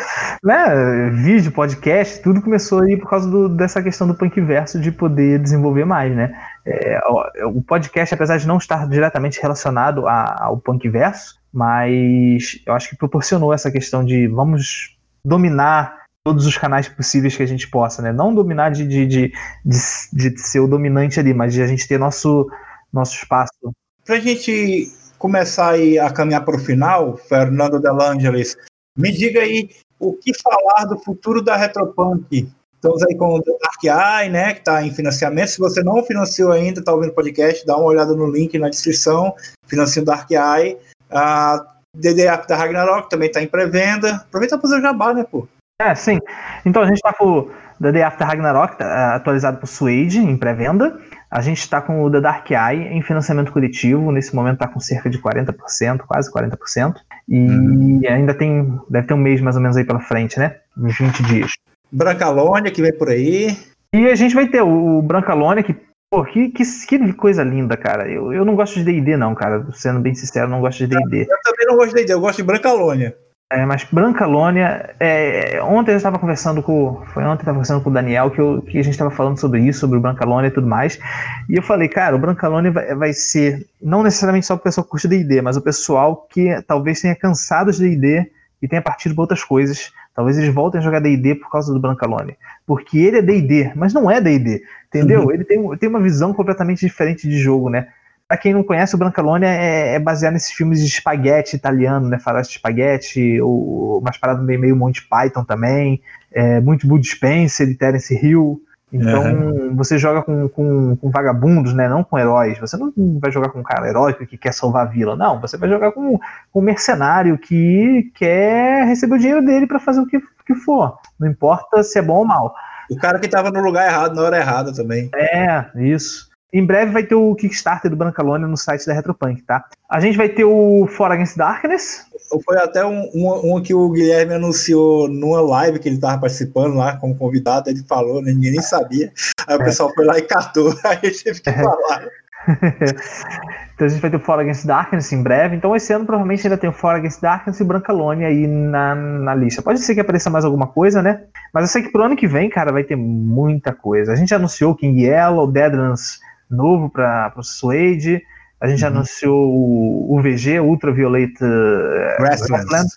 né? Vídeo, podcast, tudo começou aí por causa dessa questão do Punkverso de poder desenvolver mais, né? O podcast, apesar de não estar diretamente relacionado ao Punkverso, mas eu acho que proporcionou essa questão de vamos dominar todos os canais possíveis que a gente possa, né? Não dominar de ser o dominante ali, mas de a gente ter nosso espaço. Pra gente começar aí a caminhar para o final, Fernando Delangelis, me diga aí o que falar do futuro da Retropunk. Estamos aí com o Dark Eye, né, que está em financiamento. Se você não financiou ainda, está ouvindo o podcast, dá uma olhada no link na descrição. Financia o Dark Eye. A DD After Ragnarok também está em pré-venda. Aproveita para fazer o jabá, né, pô? Sim. Então a gente está com o The Day After Ragnarok, atualizado por Suede, em pré-venda. A gente está com o The Dark Eye em financiamento coletivo. Nesse momento está com cerca de 40%, quase 40%. E ainda deve ter um mês mais ou menos aí pela frente, né? Uns 20 dias. Brancalônia, que vem por aí. E a gente vai ter o Brancalônia, que coisa linda, cara. Eu não gosto de D&D não, cara. Sendo bem sincero, não gosto de D&D. Eu também não gosto de D&D, eu gosto de Brancalônia. Mas Brancalônia, ontem eu estava conversando com o Daniel, que a gente estava falando sobre isso, sobre o Brancalônia e tudo mais, e eu falei, cara, o Brancalônia vai ser, não necessariamente só o pessoal que curte D&D, mas o pessoal que talvez tenha cansado de D&D e tenha partido para outras coisas, talvez eles voltem a jogar D&D por causa do Brancalônia, porque ele é D&D, mas não é D&D, entendeu? Ele tem uma visão completamente diferente de jogo, né? Pra quem não conhece, o Brancalônia é baseado nesses filmes de espaguete italiano, né? Faroeste de espaguete, ou umas paradas meio Monty Python também, muito Bud Spencer e Terence Hill. Então, você joga com vagabundos, né? Não com heróis. Você não vai jogar com um cara heróico que quer salvar a vila. Não, você vai jogar com um mercenário que quer receber o dinheiro dele para fazer o que for. Não importa se é bom ou mal. O cara que tava no lugar errado, na hora errada também. Isso. Em breve vai ter o Kickstarter do Brancalônia no site da Retropunk, tá? A gente vai ter o For Against Darkness. Foi até um que o Guilherme anunciou numa live que ele estava participando lá como convidado, ele falou, né? Ninguém nem sabia. Aí o pessoal foi lá e catou, aí a gente teve que falar. Então a gente vai ter o For Against Darkness em breve. Então esse ano provavelmente ainda tem o For Against Darkness e o Brancalônia aí na lista. Pode ser que apareça mais alguma coisa, né? Mas eu sei que pro ano que vem, cara, vai ter muita coisa. A gente anunciou o King Yellow, Deadlands novo para o Suede. A gente anunciou o VG, Ultraviolet Grasslands.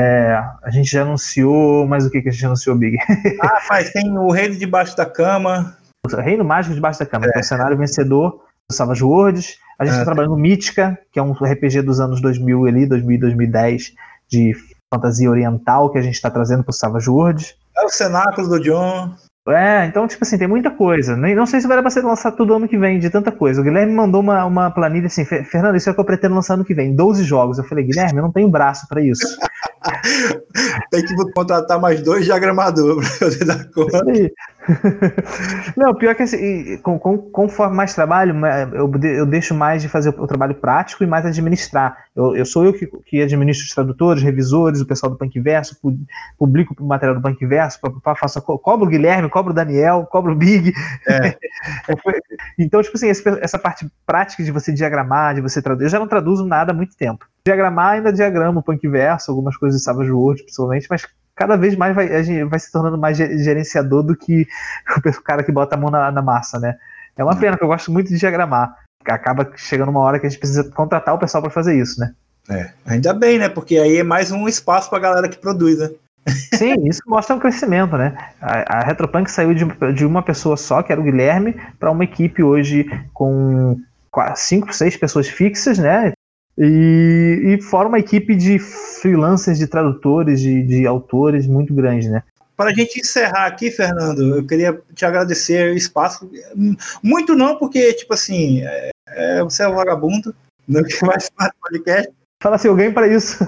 A gente já anunciou... Mas o que a gente anunciou, Big? Mas tem o Reino Debaixo da Cama. O Reino Mágico Debaixo da Cama, que é o cenário vencedor do Savage Worlds. A gente está trabalhando no Mítica, que é um RPG dos anos 2000 ali, 2000 e 2010, de fantasia oriental, que a gente está trazendo para o Savage Worlds. É o Cenáculo do John. Então, tipo assim, tem muita coisa. Não sei se vai dar pra ser lançado tudo ano que vem, de tanta coisa. O Guilherme mandou uma planilha assim, Fernando, isso é o que eu pretendo lançar ano que vem, 12 jogos. Eu falei, Guilherme, eu não tenho braço pra isso. Tem que contratar mais 2 diagramadores pra poder dar conta. Não, pior que assim, conforme mais trabalho, eu deixo mais de fazer o trabalho prático e mais administrar. Sou eu que administro os tradutores, revisores, o pessoal do Punkverso, publico o material do Punkverso, cobro o Guilherme, cobro o Daniel, cobro o Big. Então, tipo assim, essa parte prática de você diagramar, de você traduzir, eu já não traduzo nada há muito tempo. Diagramar ainda diagrama o Punkverso, algumas coisas de Savage Worlds, principalmente, mas cada vez mais a gente vai se tornando mais gerenciador do que o cara que bota a mão na massa, né? É uma pena, que eu gosto muito de diagramar. Acaba chegando uma hora que a gente precisa contratar o pessoal para fazer isso, né? Ainda bem, né? Porque aí é mais um espaço para a galera que produz, né? Sim, isso mostra um crescimento, né? A Retropunk saiu de uma pessoa só, que era o Guilherme, para uma equipe hoje com 5, 6 pessoas fixas, né? E fora uma equipe de freelancers, de tradutores, de autores muito grande, né? Para a gente encerrar aqui, Fernando, eu queria te agradecer o espaço. Muito não, porque, tipo assim, você é um vagabundo, não quer mais fazer podcast. Fala assim, eu ganho para isso.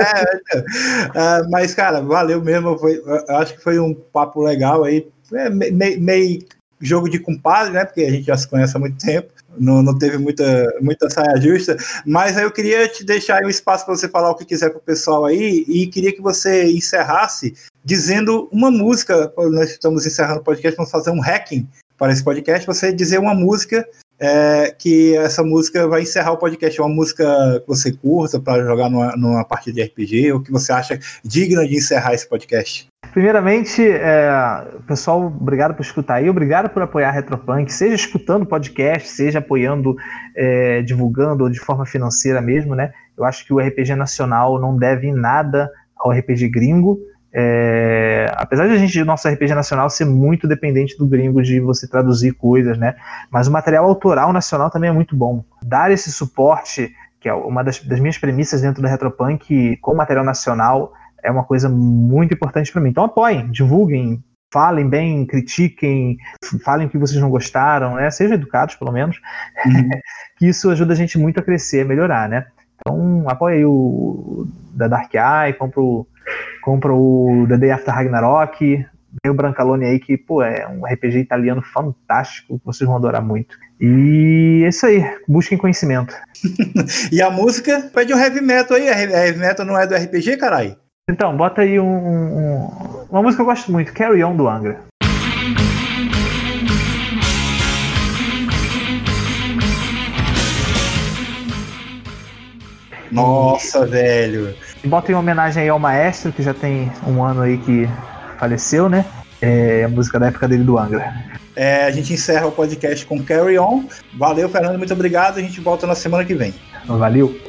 Mas, cara, valeu mesmo. Eu acho que foi um papo legal aí. Meio jogo de compadre, né? Porque a gente já se conhece há muito tempo. Não teve muita saia justa. Mas aí eu queria te deixar aí um espaço para você falar o que quiser pro pessoal aí. E queria que você encerrasse dizendo uma música. Nós estamos encerrando o podcast, vamos fazer um hacking para esse podcast. Você dizer uma música. Que essa música vai encerrar o podcast. É uma música que você curta para jogar numa partida de RPG, ou que você acha digna de encerrar esse podcast? Primeiramente, pessoal, obrigado por escutar aí, obrigado por apoiar a Retropunk, seja escutando o podcast, seja apoiando, divulgando, ou de forma financeira mesmo, né? Eu acho que o RPG nacional não deve em nada ao RPG gringo. Apesar de nosso RPG nacional ser muito dependente do gringo, de você traduzir coisas, né? Mas o material autoral nacional também é muito bom. Dar esse suporte, que é uma das minhas premissas dentro da Retropunk, com material nacional, é uma coisa muito importante para mim. Então apoiem, divulguem, falem bem, critiquem, falem o que vocês não gostaram, né? Sejam educados, pelo menos. Que isso ajuda a gente muito a crescer, a melhorar, né? Então apoia aí o da Dark Eye, compra o The Day After Ragnarok, tem o Brancalone aí, que, pô, é um RPG italiano fantástico, vocês vão adorar muito. E é isso aí, busquem conhecimento. E a música? Pede um heavy metal aí, a heavy metal não é do RPG, caralho? Então, bota aí uma música que eu gosto muito, Carry On, do Angra. Nossa, velho. E bota em homenagem aí ao maestro, que já tem um ano aí que faleceu, né? A música da época dele, do Angra. A gente encerra o podcast com Carry On. Valeu, Fernando, muito obrigado. A gente volta na semana que vem. Valeu.